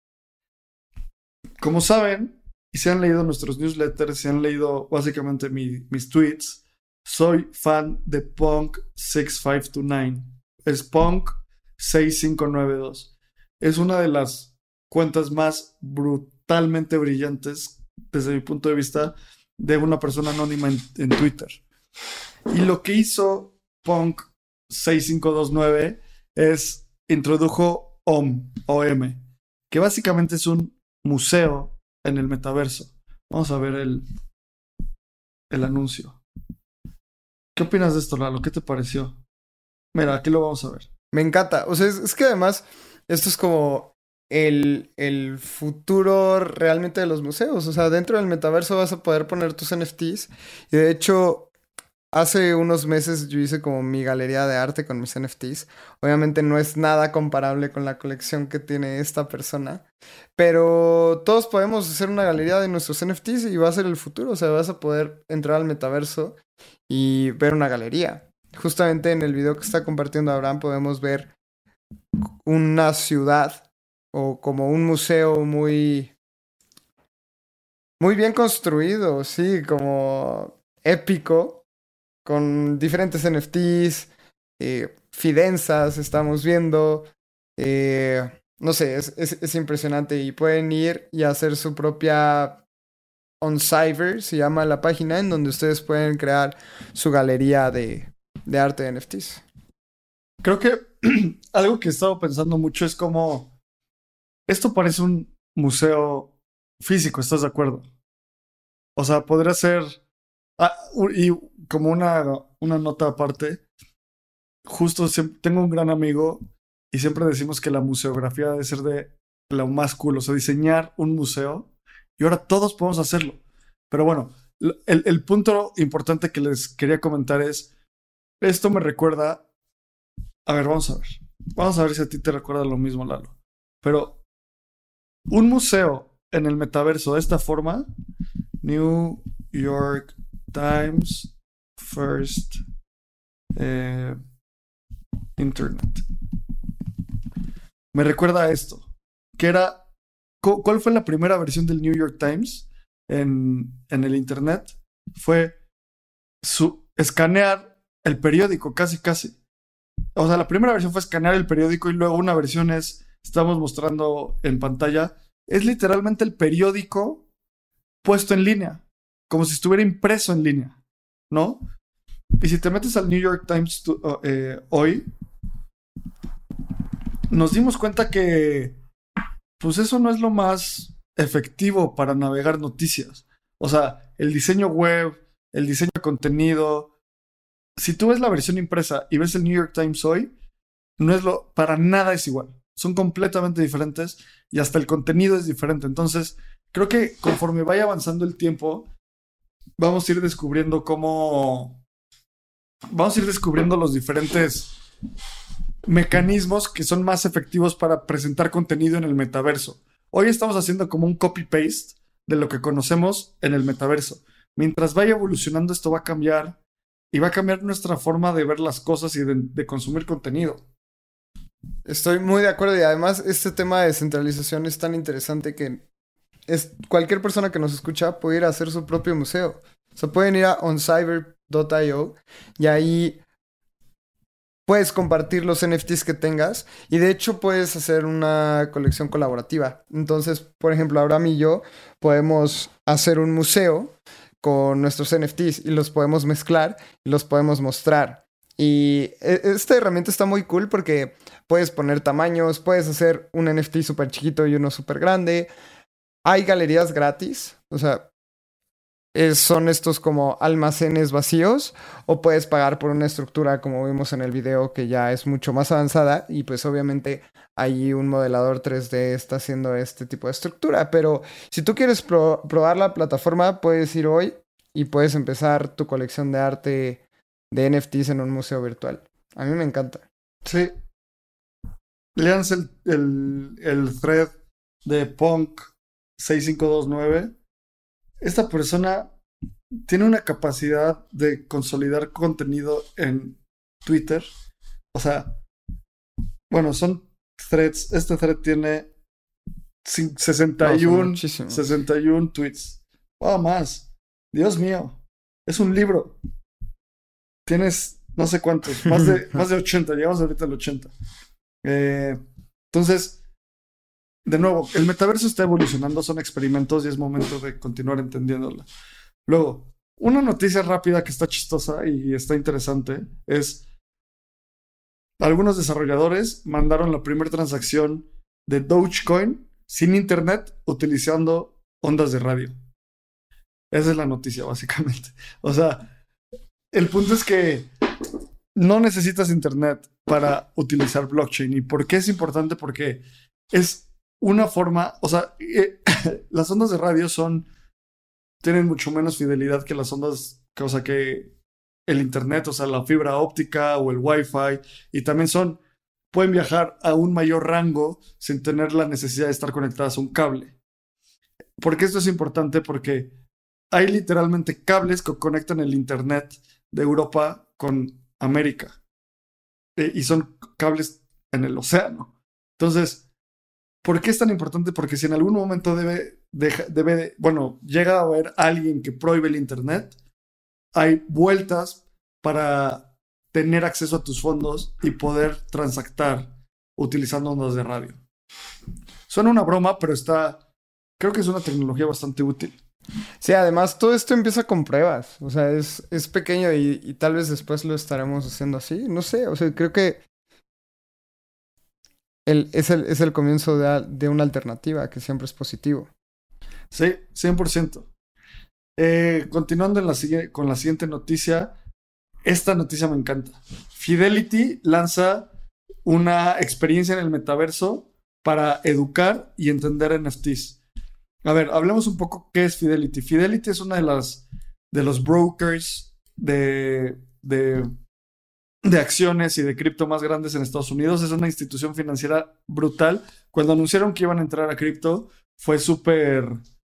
Como saben, y se han leído nuestros newsletters, se han leído básicamente mis tweets, soy fan de Punk 6529. Es Punk 6592. Es una de las cuentas más brutalmente brillantes, desde mi punto de vista, de una persona anónima en Twitter. Y lo que hizo Punk 6529 es introdujo OM, que básicamente es un museo en el metaverso. Vamos a ver el anuncio. ¿Qué opinas de esto, Lalo? ¿Qué te pareció? Mira, aquí lo vamos a ver. Me encanta. O sea, es que además esto es como el futuro realmente de los museos. O sea, dentro del metaverso vas a poder poner tus NFTs. Y de hecho, hace unos meses yo hice como mi galería de arte con mis NFTs. Obviamente no es nada comparable con la colección que tiene esta persona. Pero todos podemos hacer una galería de nuestros NFTs y va a ser el futuro. O sea, vas a poder entrar al metaverso y ver una galería. Justamente en el video que está compartiendo Abraham podemos ver una ciudad o como un museo muy bien construido, sí, como épico, con diferentes NFTs, fidenzas estamos viendo, no sé, es impresionante y pueden ir y hacer su propia OnCyber, se llama la página, en donde ustedes pueden crear su galería de arte de NFTs. Creo que algo que he estado pensando mucho es como esto parece un museo físico, ¿estás de acuerdo? O sea, podría ser y como una nota aparte, justo tengo un gran amigo y siempre decimos que la museografía debe ser de lo más cool, o sea, diseñar un museo y ahora todos podemos hacerlo. Pero bueno, el punto importante que les quería comentar es, esto me recuerda, a ver, vamos a ver si a ti te recuerda lo mismo, Lalo. Pero un museo en el metaverso de esta forma, New York Times First Internet. Me recuerda a esto, que era, ¿cuál fue la primera versión del New York Times en el Internet? Fue escanear el periódico, casi. O sea, la primera versión fue escanear el periódico y luego una versión estamos mostrando en pantalla, es literalmente el periódico puesto en línea, como si estuviera impreso en línea, ¿no? Y si te metes al New York Times hoy, nos dimos cuenta que pues eso no es lo más efectivo para navegar noticias. O sea, el diseño web, el diseño de contenido. Si tú ves la versión impresa y ves el New York Times hoy, para nada es igual. Son completamente diferentes y hasta el contenido es diferente. Entonces, creo que conforme vaya avanzando el tiempo, vamos a ir descubriendo los diferentes mecanismos que son más efectivos para presentar contenido en el metaverso. Hoy estamos haciendo como un copy-paste de lo que conocemos en el metaverso. Mientras vaya evolucionando, esto va a cambiar y va a cambiar nuestra forma de ver las cosas y de consumir contenido. Estoy muy de acuerdo y además este tema de descentralización es tan interesante que cualquier persona que nos escucha puede ir a hacer su propio museo. O sea, pueden ir a oncyber.io y ahí puedes compartir los NFTs que tengas y de hecho puedes hacer una colección colaborativa. Entonces, por ejemplo, Abraham y yo podemos hacer un museo con nuestros NFTs y los podemos mezclar y los podemos mostrar. Y esta herramienta está muy cool porque puedes poner tamaños, puedes hacer un NFT súper chiquito y uno súper grande. Hay galerías gratis, o sea, son estos como almacenes vacíos o puedes pagar por una estructura como vimos en el video que ya es mucho más avanzada y pues obviamente ahí un modelador 3D está haciendo este tipo de estructura, pero si tú quieres probar la plataforma puedes ir hoy y puedes empezar tu colección de arte de NFTs en un museo virtual. A mí me encanta. Sí. Léanse el thread de Punk 6529. Esta persona tiene una capacidad de consolidar contenido en Twitter. O sea, bueno, son threads. Este thread tiene 61 tweets. O más. Dios mío. Es un libro. Tienes no sé cuántos. Más de 80. Llegamos ahorita al 80. Entonces, de nuevo, el metaverso está evolucionando, son experimentos y es momento de continuar entendiéndola. Luego, una noticia rápida que está chistosa y está interesante es algunos desarrolladores mandaron la primera transacción de Dogecoin sin internet utilizando ondas de radio. Esa es la noticia, básicamente. O sea, el punto es que no necesitas internet para utilizar blockchain. ¿Y por qué es importante? Porque es una forma, o sea, las ondas de radio tienen mucho menos fidelidad que las ondas, que el internet, o sea, la fibra óptica o el wifi, y también pueden viajar a un mayor rango sin tener la necesidad de estar conectadas a un cable. ¿Por qué esto es importante? Porque hay literalmente cables que conectan el internet de Europa con América. Y son cables en el océano. Entonces, ¿por qué es tan importante? Porque si en algún momento llega a haber alguien que prohíbe el internet, hay vueltas para tener acceso a tus fondos y poder transactar utilizando ondas de radio. Suena una broma, pero creo que es una tecnología bastante útil. Sí, además todo esto empieza con pruebas. O sea, es pequeño y tal vez después lo estaremos haciendo así. No sé, o sea, creo que es el comienzo de una alternativa que siempre es positivo. Sí, 100%. Continuando con la siguiente noticia. Esta noticia me encanta. Fidelity lanza una experiencia en el metaverso para educar y entender NFTs. A ver, hablemos un poco qué es Fidelity. Fidelity es una de los brokers de acciones y de cripto más grandes en Estados Unidos. Es una institución financiera brutal. Cuando anunciaron que iban a entrar a cripto, fue súper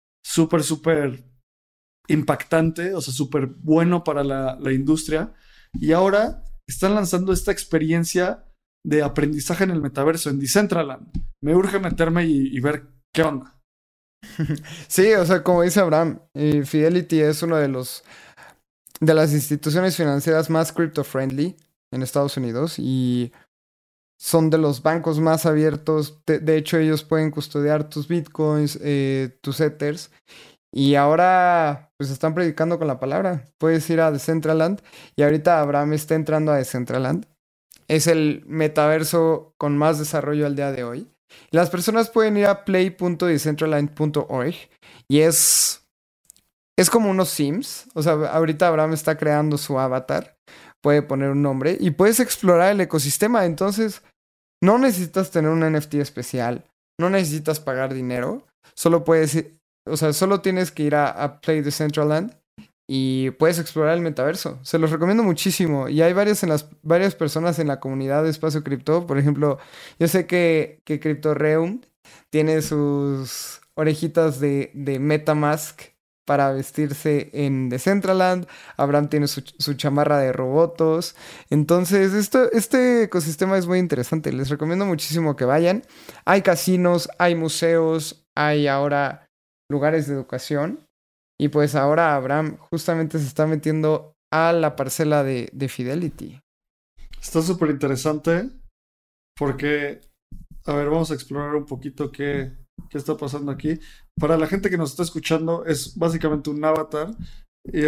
impactante, o sea, súper bueno para la industria. Y ahora están lanzando esta experiencia de aprendizaje en el metaverso, en Decentraland. Me urge meterme y ver qué onda. Sí, o sea, como dice Abraham, Fidelity es uno de las instituciones financieras más crypto-friendly en Estados Unidos y son de los bancos más abiertos. De hecho, ellos pueden custodiar tus bitcoins, tus ethers. Y ahora, pues están predicando con la palabra. Puedes ir a Decentraland. Y ahorita Abraham está entrando a Decentraland. Es el metaverso con más desarrollo al día de hoy. Las personas pueden ir a play.decentraland.org. Y es como unos Sims. O sea, ahorita Abraham está creando su avatar. Puede poner un nombre. Y puedes explorar el ecosistema. Entonces, no necesitas tener un NFT especial. No necesitas pagar dinero. Solo tienes que ir a Play Decentraland y puedes explorar el metaverso. Se los recomiendo muchísimo. Y hay varias personas en la comunidad de Espacio Cripto. Por ejemplo, yo sé que CryptoReum tiene sus orejitas de MetaMask para vestirse en Decentraland. Abraham tiene su chamarra de robotos. Entonces, este ecosistema es muy interesante. Les recomiendo muchísimo que vayan. Hay casinos, hay museos, hay ahora lugares de educación. Y pues ahora Abraham justamente se está metiendo a la parcela de Fidelity. Está súper interesante porque, a ver, vamos a explorar un poquito qué está pasando aquí. Para la gente que nos está escuchando, es básicamente un avatar y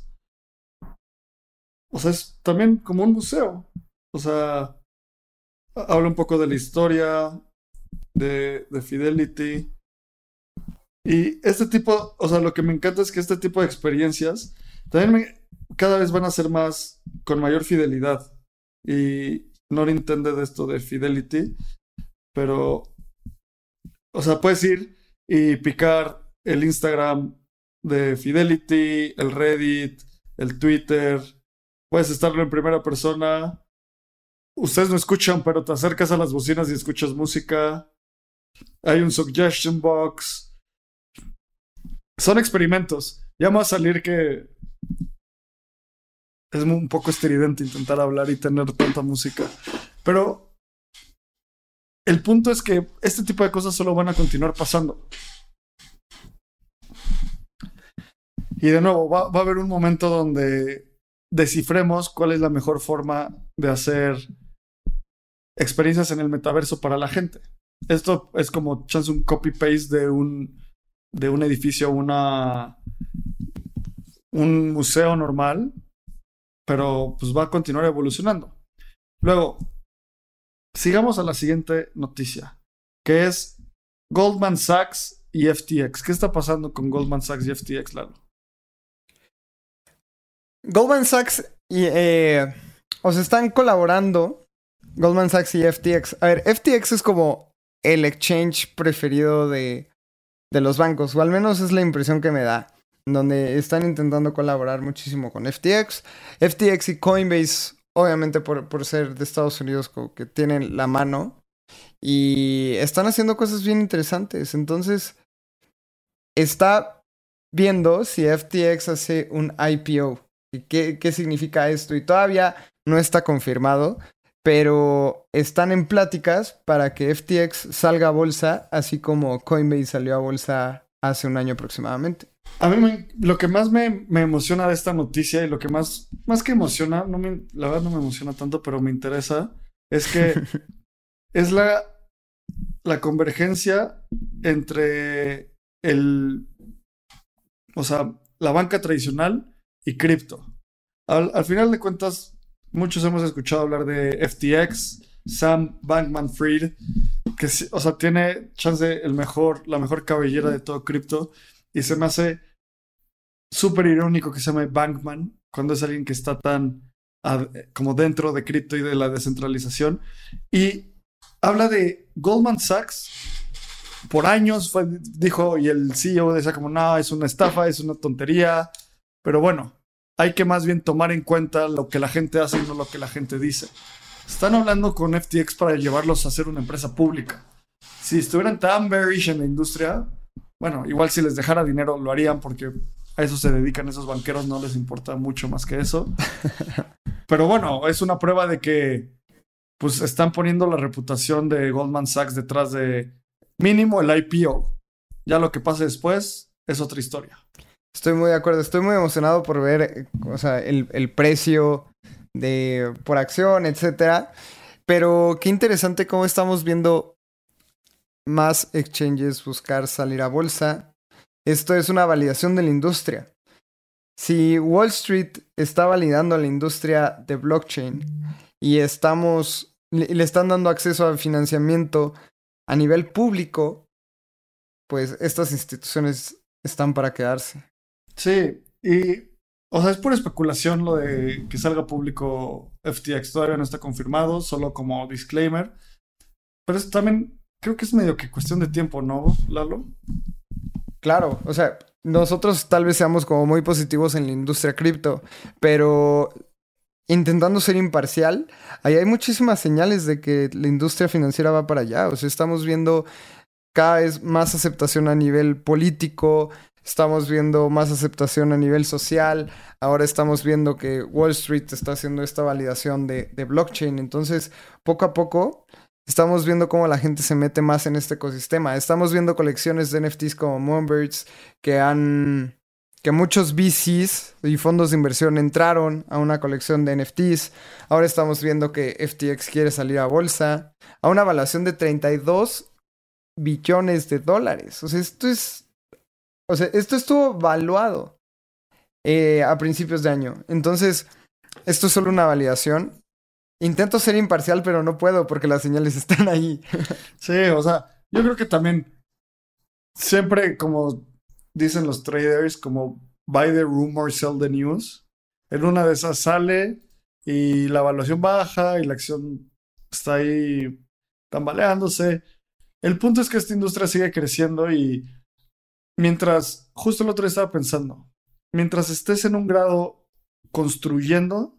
o sea, es también como un museo. O sea, habla un poco de la historia de Fidelity. Y este tipo, o sea, lo que me encanta es que este tipo de experiencias también cada vez van a ser más, con mayor fidelidad. Y no entiende de esto de Fidelity, pero, o sea, puedes ir y picar el Instagram de Fidelity, el Reddit, el Twitter, puedes estarlo en primera persona. Ustedes no escuchan, pero te acercas a las bocinas y escuchas música. Hay un suggestion box. Son experimentos. Ya me va a salir que es un poco estridente intentar hablar y tener tanta música. Pero el punto es que este tipo de cosas solo van a continuar pasando. Y de nuevo, va a haber un momento donde descifremos cuál es la mejor forma de hacer experiencias en el metaverso para la gente. Esto es como chance un copy-paste de un edificio a un museo normal, pero pues va a continuar evolucionando. Luego, sigamos a la siguiente noticia, que es Goldman Sachs y FTX. ¿Qué está pasando con Goldman Sachs y FTX, Lalo? Goldman Sachs o sea, están colaborando Goldman Sachs y FTX. A ver, FTX es como el exchange preferido de los bancos, o al menos es la impresión que me da, donde están intentando colaborar muchísimo con FTX. FTX y Coinbase, obviamente por ser de Estados Unidos, como que tienen la mano y están haciendo cosas bien interesantes. Entonces, está viendo si FTX hace un IPO. ¿Y qué significa esto? Y todavía no está confirmado, pero están en pláticas para que FTX salga a bolsa, así como Coinbase salió a bolsa hace un año aproximadamente. A mí lo que más me emociona de esta noticia y lo que más que emociona, la verdad no me emociona tanto, pero me interesa, es que es la convergencia entre o sea, la banca tradicional y cripto. Al final de cuentas, muchos hemos escuchado hablar de FTX, Sam Bankman-Fried, que o sea, tiene chance la mejor cabellera de todo cripto, y se me hace súper irónico que se llame Bankman cuando es alguien que está tan como dentro de cripto y de la descentralización. Y habla de Goldman Sachs. Por años dijo, y el CEO decía como, no, es una estafa, es una tontería. Pero bueno, hay que más bien tomar en cuenta lo que la gente hace y no lo que la gente dice. Están hablando con FTX para llevarlos a ser una empresa pública. Si estuvieran tan bearish en la industria, bueno, igual si les dejara dinero lo harían porque a eso se dedican esos banqueros, no les importa mucho más que eso. Pero bueno, es una prueba de que pues están poniendo la reputación de Goldman Sachs detrás de mínimo el IPO. Ya lo que pase después es otra historia. Estoy muy de acuerdo, estoy muy emocionado por ver, o sea, el precio por acción, etcétera. Pero qué interesante cómo estamos viendo más exchanges buscar salir a bolsa. Esto es una validación de la industria. Si Wall Street está validando a la industria de blockchain y le están dando acceso al financiamiento a nivel público, pues estas instituciones están para quedarse. Sí, y o sea, es pura especulación lo de que salga público FTX. Todavía no está confirmado, solo como disclaimer. Pero es también, creo que es medio que cuestión de tiempo, ¿no, Lalo? Claro, o sea, nosotros tal vez seamos como muy positivos en la industria cripto, pero intentando ser imparcial, ahí hay muchísimas señales de que la industria financiera va para allá. O sea, estamos viendo cada vez más aceptación a nivel político, estamos viendo más aceptación a nivel social, ahora estamos viendo que Wall Street está haciendo esta validación de blockchain. Entonces, poco a poco Estamos viendo cómo la gente se mete más en este ecosistema. Estamos viendo colecciones de NFTs como Moonbirds que muchos VCs y fondos de inversión entraron a una colección de NFTs. Ahora estamos viendo que FTX quiere salir a bolsa a una evaluación de 32 billones de dólares. O sea, esto estuvo valuado a principios de año. Entonces, esto es solo una validación. Intento ser imparcial, pero no puedo porque las señales están ahí. Sí, o sea, yo creo que también siempre, como dicen los traders, como buy the rumor, sell the news. En una de esas sale y la evaluación baja y la acción está ahí tambaleándose. El punto es que esta industria sigue creciendo y mientras, justo el otro día estaba pensando, mientras estés en un grado construyendo,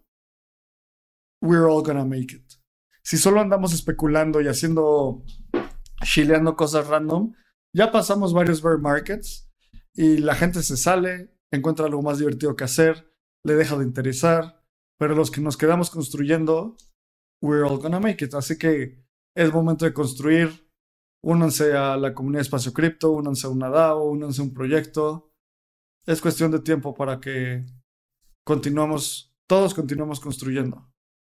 we're all gonna make it. Si solo andamos especulando y chileando cosas random, ya pasamos varios bear markets y la gente se sale, encuentra algo más divertido que hacer, le deja de interesar, pero los que nos quedamos construyendo, we're all gonna make it. Así que es momento de construir. Únanse a la comunidad Espacio Cripto, únanse a una DAO, únanse a un proyecto. Es cuestión de tiempo para que todos continuemos construyendo.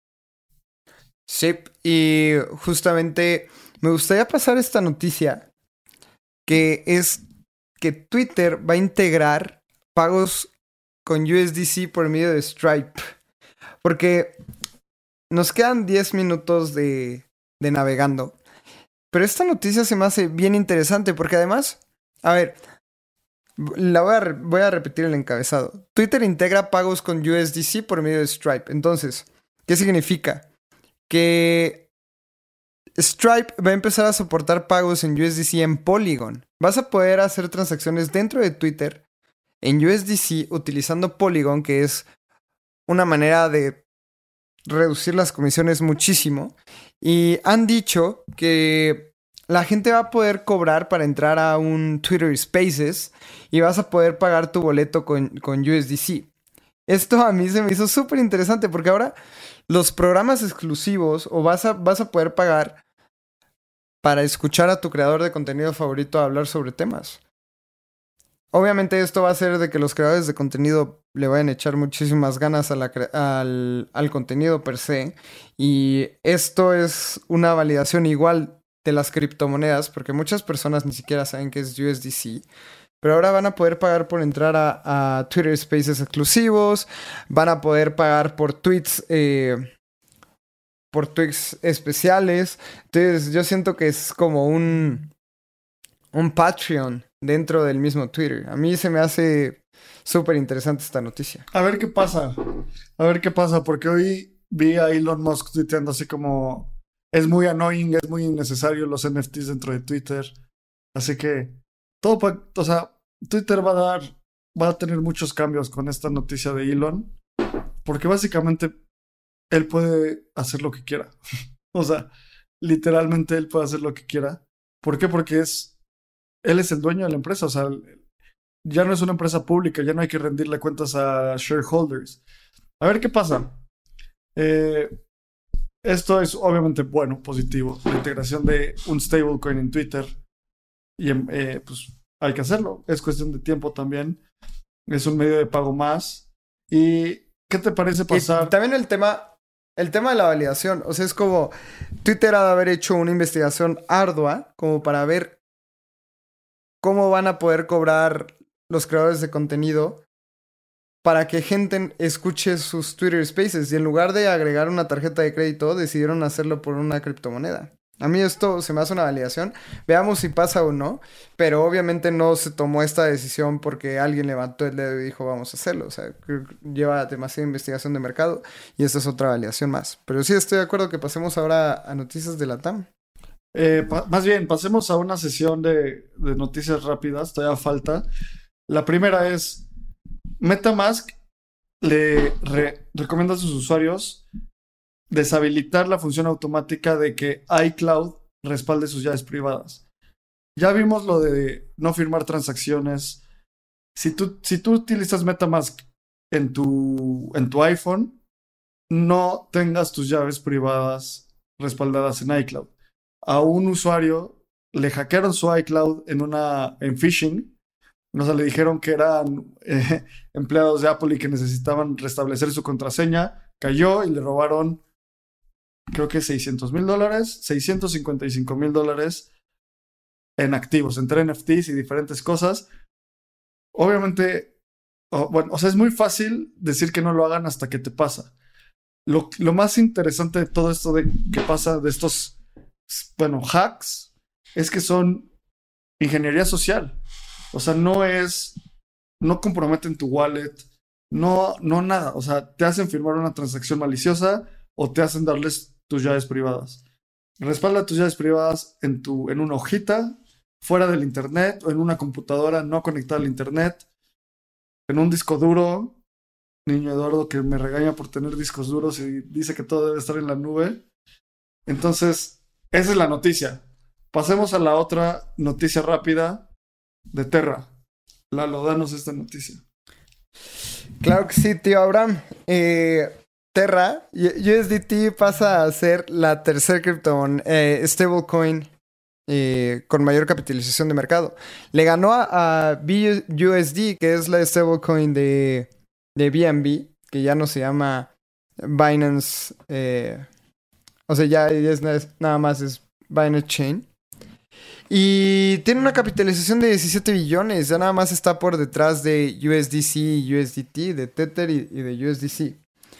Sí, y justamente me gustaría pasar esta noticia, que es que Twitter va a integrar pagos con USDC por medio de Stripe. Porque nos quedan 10 minutos de navegando. Pero esta noticia se me hace bien interesante porque además, a ver, voy a repetir el encabezado. Twitter integra pagos con USDC por medio de Stripe. Entonces, ¿qué significa? Que Stripe va a empezar a soportar pagos en USDC en Polygon. Vas a poder hacer transacciones dentro de Twitter en USDC utilizando Polygon, que es una manera de reducir las comisiones muchísimo. Y han dicho que la gente va a poder cobrar para entrar a un Twitter Spaces y vas a poder pagar tu boleto con USDC. Esto a mí se me hizo súper interesante porque ahora los programas exclusivos o vas a poder pagar para escuchar a tu creador de contenido favorito hablar sobre temas. Obviamente esto va a hacer de que los creadores de contenido le vayan a echar muchísimas ganas al contenido per se. Y esto es una validación igual de las criptomonedas, porque muchas personas ni siquiera saben qué es USDC. Pero ahora van a poder pagar por entrar a Twitter Spaces exclusivos. Van a poder pagar por tweets especiales. Entonces yo siento que es como un Patreon dentro del mismo Twitter. A mí se me hace súper interesante esta noticia. A ver qué pasa. Porque hoy vi a Elon Musk tuiteando así como es muy annoying, es muy innecesario los NFTs dentro de Twitter. Así que Twitter va a tener muchos cambios con esta noticia de Elon. Porque básicamente él puede hacer lo que quiera. O sea, literalmente él puede hacer lo que quiera. ¿Por qué? Porque él es el dueño de la empresa. O sea, ya no es una empresa pública, ya no hay que rendirle cuentas a shareholders. A ver qué pasa. Esto es obviamente bueno, positivo. La integración de un stablecoin en Twitter. Y pues hay que hacerlo. Es cuestión de tiempo también. Es un medio de pago más. ¿Y qué te parece pasar? Y también el tema de la validación. O sea, es como Twitter ha de haber hecho una investigación ardua como para ver cómo van a poder cobrar los creadores de contenido para que gente escuche sus Twitter Spaces. Y en lugar de agregar una tarjeta de crédito, decidieron hacerlo por una criptomoneda. A mí esto se me hace una validación. Veamos si pasa o no. Pero obviamente no se tomó esta decisión porque alguien levantó el dedo y dijo vamos a hacerlo. O sea, lleva demasiada investigación de mercado. Y esta es otra validación más. Pero sí estoy de acuerdo que pasemos ahora a noticias de la TAM. Más bien, pasemos a una sesión de noticias rápidas. Todavía falta. La primera es MetaMask le recomienda a sus usuarios deshabilitar la función automática de que iCloud respalde sus llaves privadas. Ya vimos lo de no firmar transacciones. Si tú utilizas MetaMask en tu iPhone, no tengas tus llaves privadas respaldadas en iCloud. a un usuario le hackearon su iCloud en phishing. O sea, le dijeron que eran empleados de Apple y que necesitaban restablecer su contraseña. Cayó y le robaron, creo que $600,000, $655,000 en activos, entre NFTs y diferentes cosas. Obviamente, o sea, es muy fácil decir que no lo hagan hasta que te pasa. Lo más interesante de todo esto que pasa de estos, hacks, es que son ingeniería social. O sea, no comprometen tu wallet, no nada. O sea, te hacen firmar una transacción maliciosa o te hacen darles tus llaves privadas. Respalda tus llaves privadas en una hojita, fuera del internet o en una computadora no conectada al internet, en un disco duro. Niño Eduardo que me regaña por tener discos duros y dice que todo debe estar en la nube. Entonces, esa es la noticia. Pasemos a la otra noticia rápida de Terra. Lalo, danos esta noticia. Claro que sí, tío Abraham. Terra, USDT pasa a ser la tercer stablecoin con mayor capitalización de mercado. Le ganó a BUSD, que es la stablecoin de BNB, que ya no se llama Binance. O sea, ya nada más es Binance Chain. Y tiene una capitalización de 17 billones. Ya nada más está por detrás de USDC y USDT, de Tether y de USDC.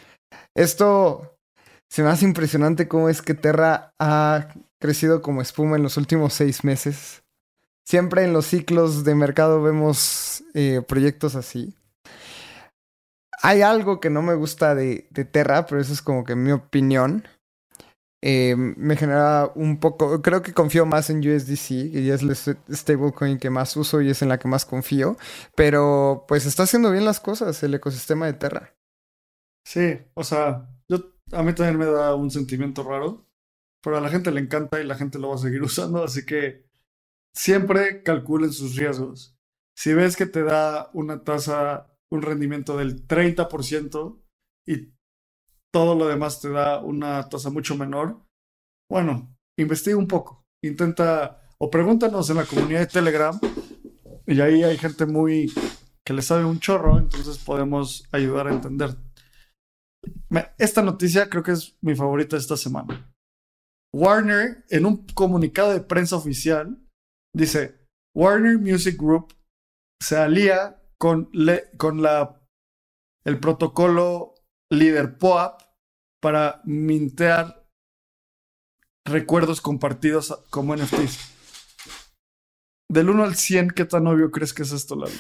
Esto se me hace impresionante cómo es que Terra ha crecido como espuma en los últimos 6 meses. Siempre en los ciclos de mercado vemos proyectos así. Hay algo que no me gusta de Terra, pero eso es como que mi opinión. Me genera un poco... Creo que confío más en USDC, que ya es la stablecoin que más uso y es en la que más confío. Pero pues está haciendo bien las cosas el ecosistema de Terra. Sí, o sea, a mí también me da un sentimiento raro, pero a la gente le encanta y la gente lo va a seguir usando, así que siempre calculen sus riesgos. Si ves que te da una tasa, un rendimiento del 30% y todo lo demás te da una tasa mucho menor, bueno, investiga un poco. Intenta o pregúntanos en la comunidad de Telegram y ahí hay gente que le sabe un chorro, entonces podemos ayudar a entender. Esta noticia creo que es mi favorita de esta semana. Warner, en un comunicado de prensa oficial, dice: Warner Music Group se alía con el protocolo líder POAP para mintear recuerdos compartidos como NFTs. Del 1 al 100, ¿qué tan obvio crees que es esto, Lalo?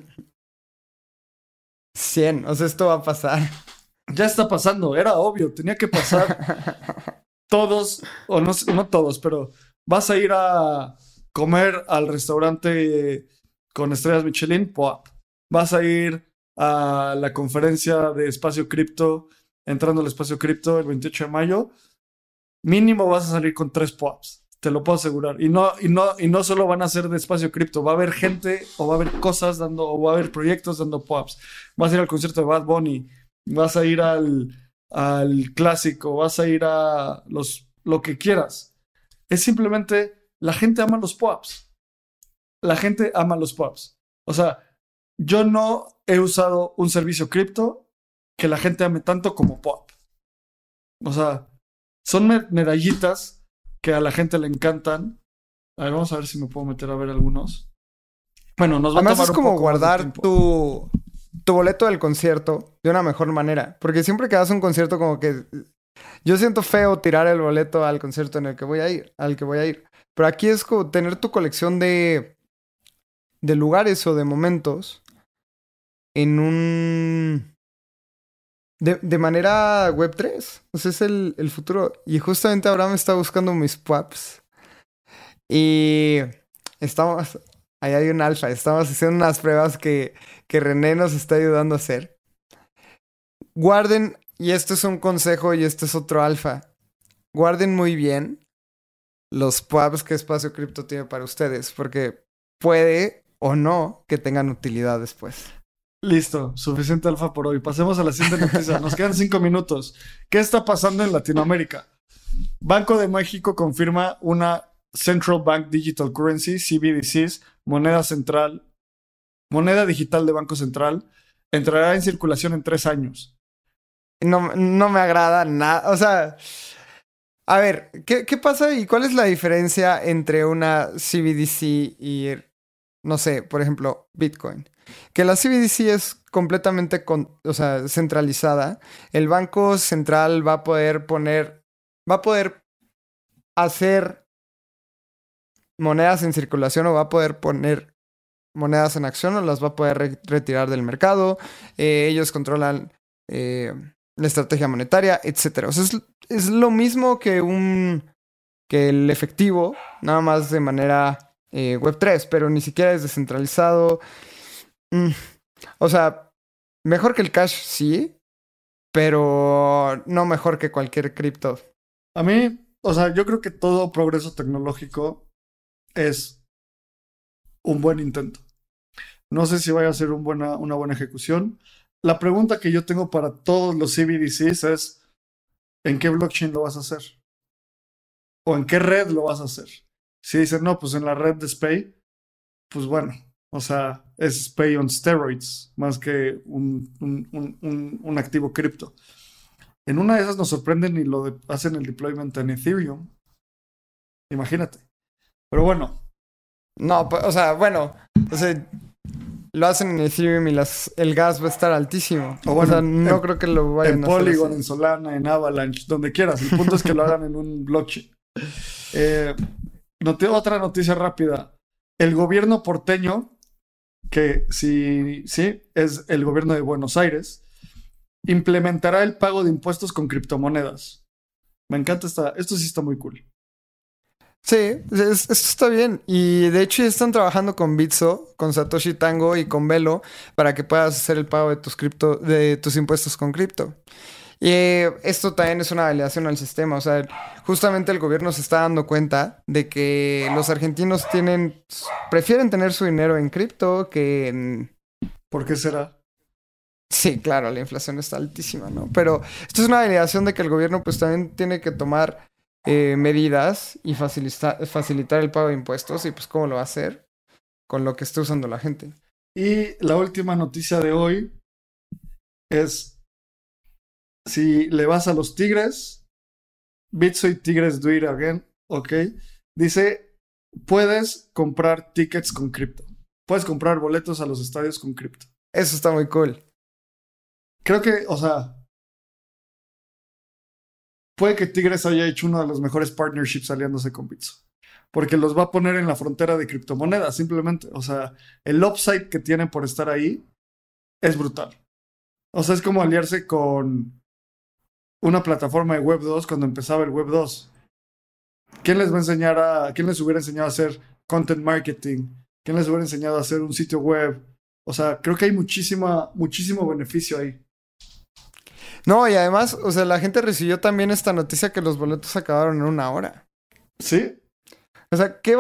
100, o sea, esto va a pasar. Ya está pasando, era obvio, tenía que pasar. Todos, o no todos, pero vas a ir a comer al restaurante con estrellas Michelin, POAP. Vas a ir a la conferencia de Espacio Cripto, entrando al Espacio Cripto el 28 de mayo, mínimo vas a salir con 3 POAPs, te lo puedo asegurar. Y no solo van a ser de Espacio Cripto, va a haber gente o va a haber cosas o va a haber proyectos dando POAPs. Vas a ir al concierto de Bad Bunny, vas a ir al clásico, vas a ir a lo que quieras. Es simplemente, la gente ama los POAPs. La gente ama los POAPs. O sea, yo no he usado un servicio cripto que la gente ame tanto como POAP. O sea, son medallitas que a la gente le encantan. A ver, vamos a ver si me puedo meter a ver algunos. Bueno, nos va Además a tomar es como un poco más de guardar tiempo. tu boleto del concierto de una mejor manera. Porque siempre que das un concierto como que... Yo siento feo tirar el boleto al concierto al que voy a ir. Pero aquí es como tener tu colección de lugares o de momentos en de manera Web3. O sea, es el futuro. Y justamente Abraham está buscando mis POAPs. Y estamos... Ahí hay un alfa. Estamos haciendo unas pruebas que René nos está ayudando a hacer. Guarden, y este es un consejo y este es otro alfa. Guarden muy bien los POAPs que Espacio Cripto tiene para ustedes, porque puede o no que tengan utilidad después. Listo, suficiente alfa por hoy. Pasemos a la siguiente noticia. Nos quedan 5 minutos. ¿Qué está pasando en Latinoamérica? Banco de México confirma una Central Bank Digital Currency, CBDCs, moneda digital de Banco Central, entrará en circulación en 3 años. No me agrada nada. O sea, a ver, ¿qué pasa y cuál es la diferencia entre una CBDC y, no sé, por ejemplo, Bitcoin? Que la CBDC es completamente centralizada. El Banco Central va a poder hacer monedas en circulación o va a poder poner monedas en acción o las va a poder retirar del mercado. Ellos controlan la estrategia monetaria, etcétera. O sea, es lo mismo que el efectivo, nada más de manera Web3, pero ni siquiera es descentralizado. O sea, mejor que el cash, sí, pero no mejor que cualquier cripto. A mí, o sea, yo creo que todo progreso tecnológico es un buen intento. No sé si vaya a ser una buena ejecución. La pregunta que yo tengo para todos los CBDCs es, ¿en qué blockchain lo vas a hacer? ¿O en qué red lo vas a hacer? Si dicen, no, pues en la red de SPAY, pues bueno, o sea, es SPAY on steroids, más que un activo cripto. En una de esas nos sorprenden y hacen el deployment en Ethereum. Imagínate. Pero bueno. No, o sea, bueno, lo hacen en Ethereum y el gas va a estar altísimo. O sea, no creo que lo vayan a hacer. En Polygon, en Solana, en Avalanche, donde quieras. El punto es que lo hagan en un blockchain. Otra noticia rápida. El gobierno porteño, que sí, es el gobierno de Buenos Aires, implementará el pago de impuestos con criptomonedas. Me encanta esto sí está muy cool. Sí, esto está bien. Y de hecho ya están trabajando con Bitso, con Satoshi Tango y con Velo para que puedas hacer el pago de tus impuestos con cripto. Y esto también es una validación al sistema. O sea, justamente el gobierno se está dando cuenta de que los argentinos prefieren tener su dinero en cripto que en... ¿Por qué será? Sí, claro, la inflación está altísima, ¿no? Pero esto es una validación de que el gobierno pues también tiene que tomar medidas y facilitar el pago de impuestos. Y pues, ¿cómo lo va a hacer? Con lo que esté usando la gente. Y la última noticia de hoy es, si le vas a los Tigres, Bitso y Tigres do it again, ok. Dice, puedes comprar tickets con cripto. Puedes comprar boletos a los estadios con cripto. Eso está muy cool. Creo que, o sea, puede que Tigres haya hecho uno de los mejores partnerships aliándose con Bitso. Porque los va a poner en la frontera de criptomonedas, simplemente. O sea, el upside que tienen por estar ahí es brutal. O sea, es como aliarse con una plataforma de Web 2 cuando empezaba el Web 2. ¿Quién les hubiera enseñado a hacer content marketing? ¿Quién les hubiera enseñado a hacer un sitio web? O sea, creo que hay muchísimo beneficio ahí. No, y además, o sea, la gente recibió también esta noticia que los boletos acabaron en 1 hora. ¿Sí? O sea, qué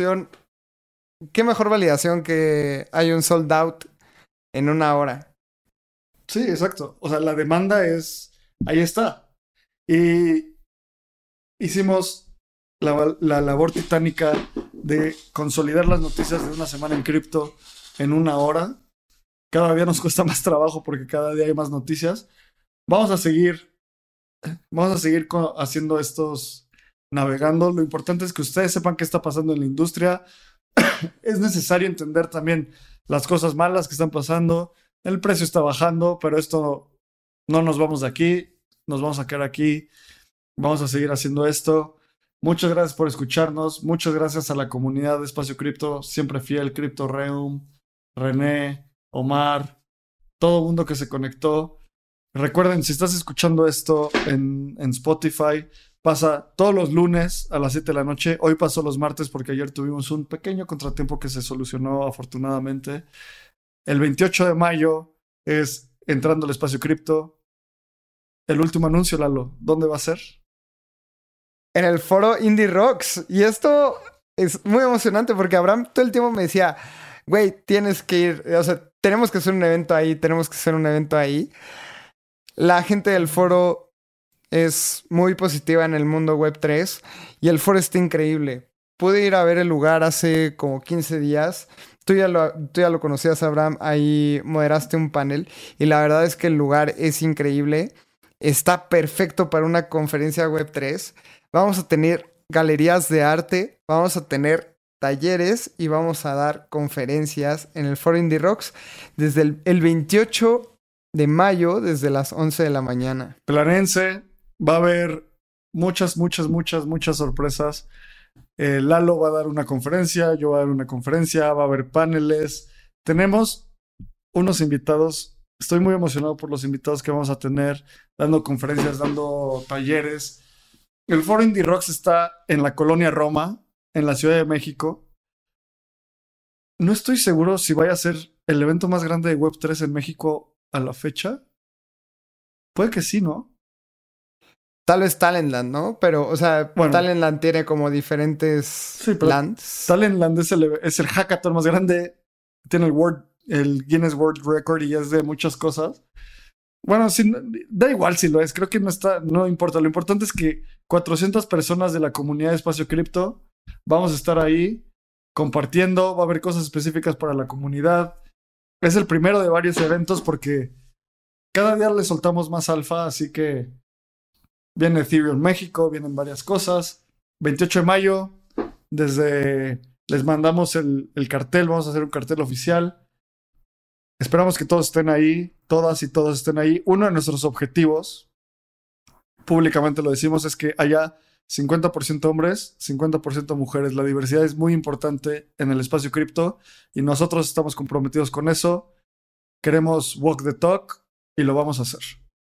mejor validación que hay un sold out en 1 hora. Sí, exacto. O sea, la demanda ahí está. Y hicimos la labor titánica de consolidar las noticias de una semana en cripto en 1 hora. Cada día nos cuesta más trabajo porque cada día hay más noticias. Vamos a seguir haciendo estos, navegando. Lo importante es que ustedes sepan qué está pasando en la industria. Es necesario entender también las cosas malas que están pasando. El precio está bajando, pero esto no nos vamos de aquí. Nos vamos a quedar aquí. Vamos a seguir haciendo esto. Muchas gracias por escucharnos. Muchas gracias a la comunidad de Espacio Cripto, siempre fiel, Crypto Realm, René, Omar, todo el mundo que se conectó. Recuerden, si estás escuchando esto en Spotify, pasa todos los lunes a las 7 de la noche. Hoy pasó los martes porque ayer tuvimos un pequeño contratiempo que se solucionó afortunadamente. El 28 de mayo es entrando al Espacio Cripto. El último anuncio, Lalo, ¿dónde va a ser? En el foro Indie Rocks. Y esto es muy emocionante porque Abraham todo el tiempo me decía, güey, tienes que ir, o sea, tenemos que hacer un evento ahí. La gente del foro es muy positiva en el mundo Web3 y el foro está increíble. Pude ir a ver el lugar hace como 15 días. Tú ya lo conocías, Abraham, ahí moderaste un panel y la verdad es que el lugar es increíble. Está perfecto para una conferencia Web3. Vamos a tener galerías de arte, vamos a tener talleres y vamos a dar conferencias en el Foro Indie Rocks desde el 28 de mayo, desde las 11 de la mañana. Planéense, va a haber muchas sorpresas. Lalo va a dar una conferencia, yo voy a dar una conferencia, va a haber paneles. Tenemos unos invitados. Estoy muy emocionado por los invitados que vamos a tener, dando conferencias, dando talleres. El Foro Indie Rocks está en la colonia Roma, en la Ciudad de México. No estoy seguro si vaya a ser el evento más grande de Web3 en México a la fecha. Puede que sí, ¿no? Tal vez Talentland, ¿no? Pero, o sea, bueno, Talentland tiene como diferentes lands. Talentland es el hackathon más grande. Tiene el Guinness World Record y es de muchas cosas. Bueno, sí, da igual si lo es. Creo que no importa. Lo importante es que 400 personas de la comunidad de Espacio Cripto vamos a estar ahí compartiendo. Va a haber cosas específicas para la comunidad. Es el primero de varios eventos porque cada día le soltamos más alfa, así que viene Ethereum México, vienen varias cosas. 28 de mayo, les mandamos el cartel, vamos a hacer un cartel oficial. Esperamos que todos estén ahí, todas y todos estén ahí. Uno de nuestros objetivos, públicamente lo decimos, es que haya 50% hombres, 50% mujeres. La diversidad es muy importante en el espacio cripto y nosotros estamos comprometidos con eso. Queremos walk the talk y lo vamos a hacer.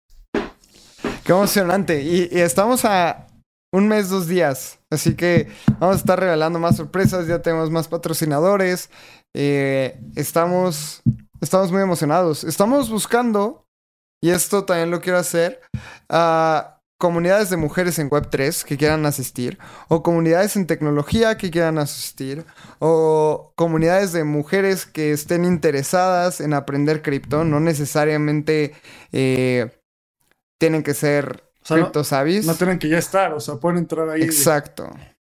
Qué emocionante. Y estamos a un mes, 2 días. Así que vamos a estar revelando más sorpresas. Ya tenemos más patrocinadores. Estamos muy emocionados. Estamos buscando, y esto también lo quiero hacer, comunidades de mujeres en Web3 que quieran asistir, o comunidades en tecnología que quieran asistir, o comunidades de mujeres que estén interesadas en aprender cripto. No necesariamente tienen que ser cripto savvies. No tienen que ya estar, o sea, pueden entrar ahí. Exacto.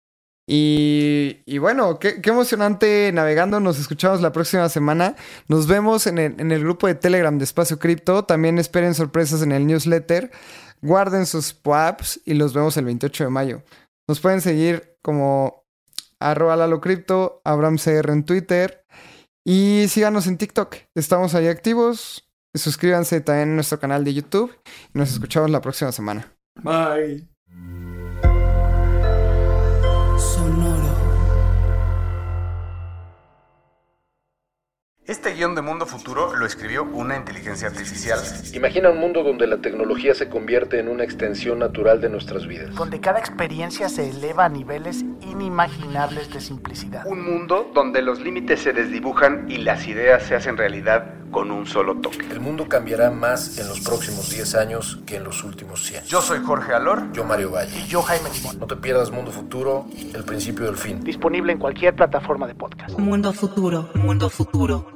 Y bueno, qué emocionante navegando. Nos escuchamos la próxima semana. Nos vemos en el grupo de Telegram de Espacio Cripto. También esperen sorpresas en el newsletter. Guarden sus POAPs y los vemos el 28 de mayo. Nos pueden seguir como @LaloCrypto, AbramCR en Twitter y síganos en TikTok. Estamos ahí activos. Suscríbanse también a nuestro canal de YouTube y nos escuchamos la próxima semana. Bye. Este guión de Mundo Futuro lo escribió una inteligencia artificial. Imagina un mundo donde la tecnología se convierte en una extensión natural de nuestras vidas. Donde cada experiencia se eleva a niveles inimaginables de simplicidad. Un mundo donde los límites se desdibujan y las ideas se hacen realidad con un solo toque. El mundo cambiará más en los próximos 10 años que en los últimos 100. Yo soy Jorge Alor. Yo Mario Valle. Y yo Jaime Limón. No te pierdas Mundo Futuro, el principio del fin. Disponible en cualquier plataforma de podcast. Mundo Futuro.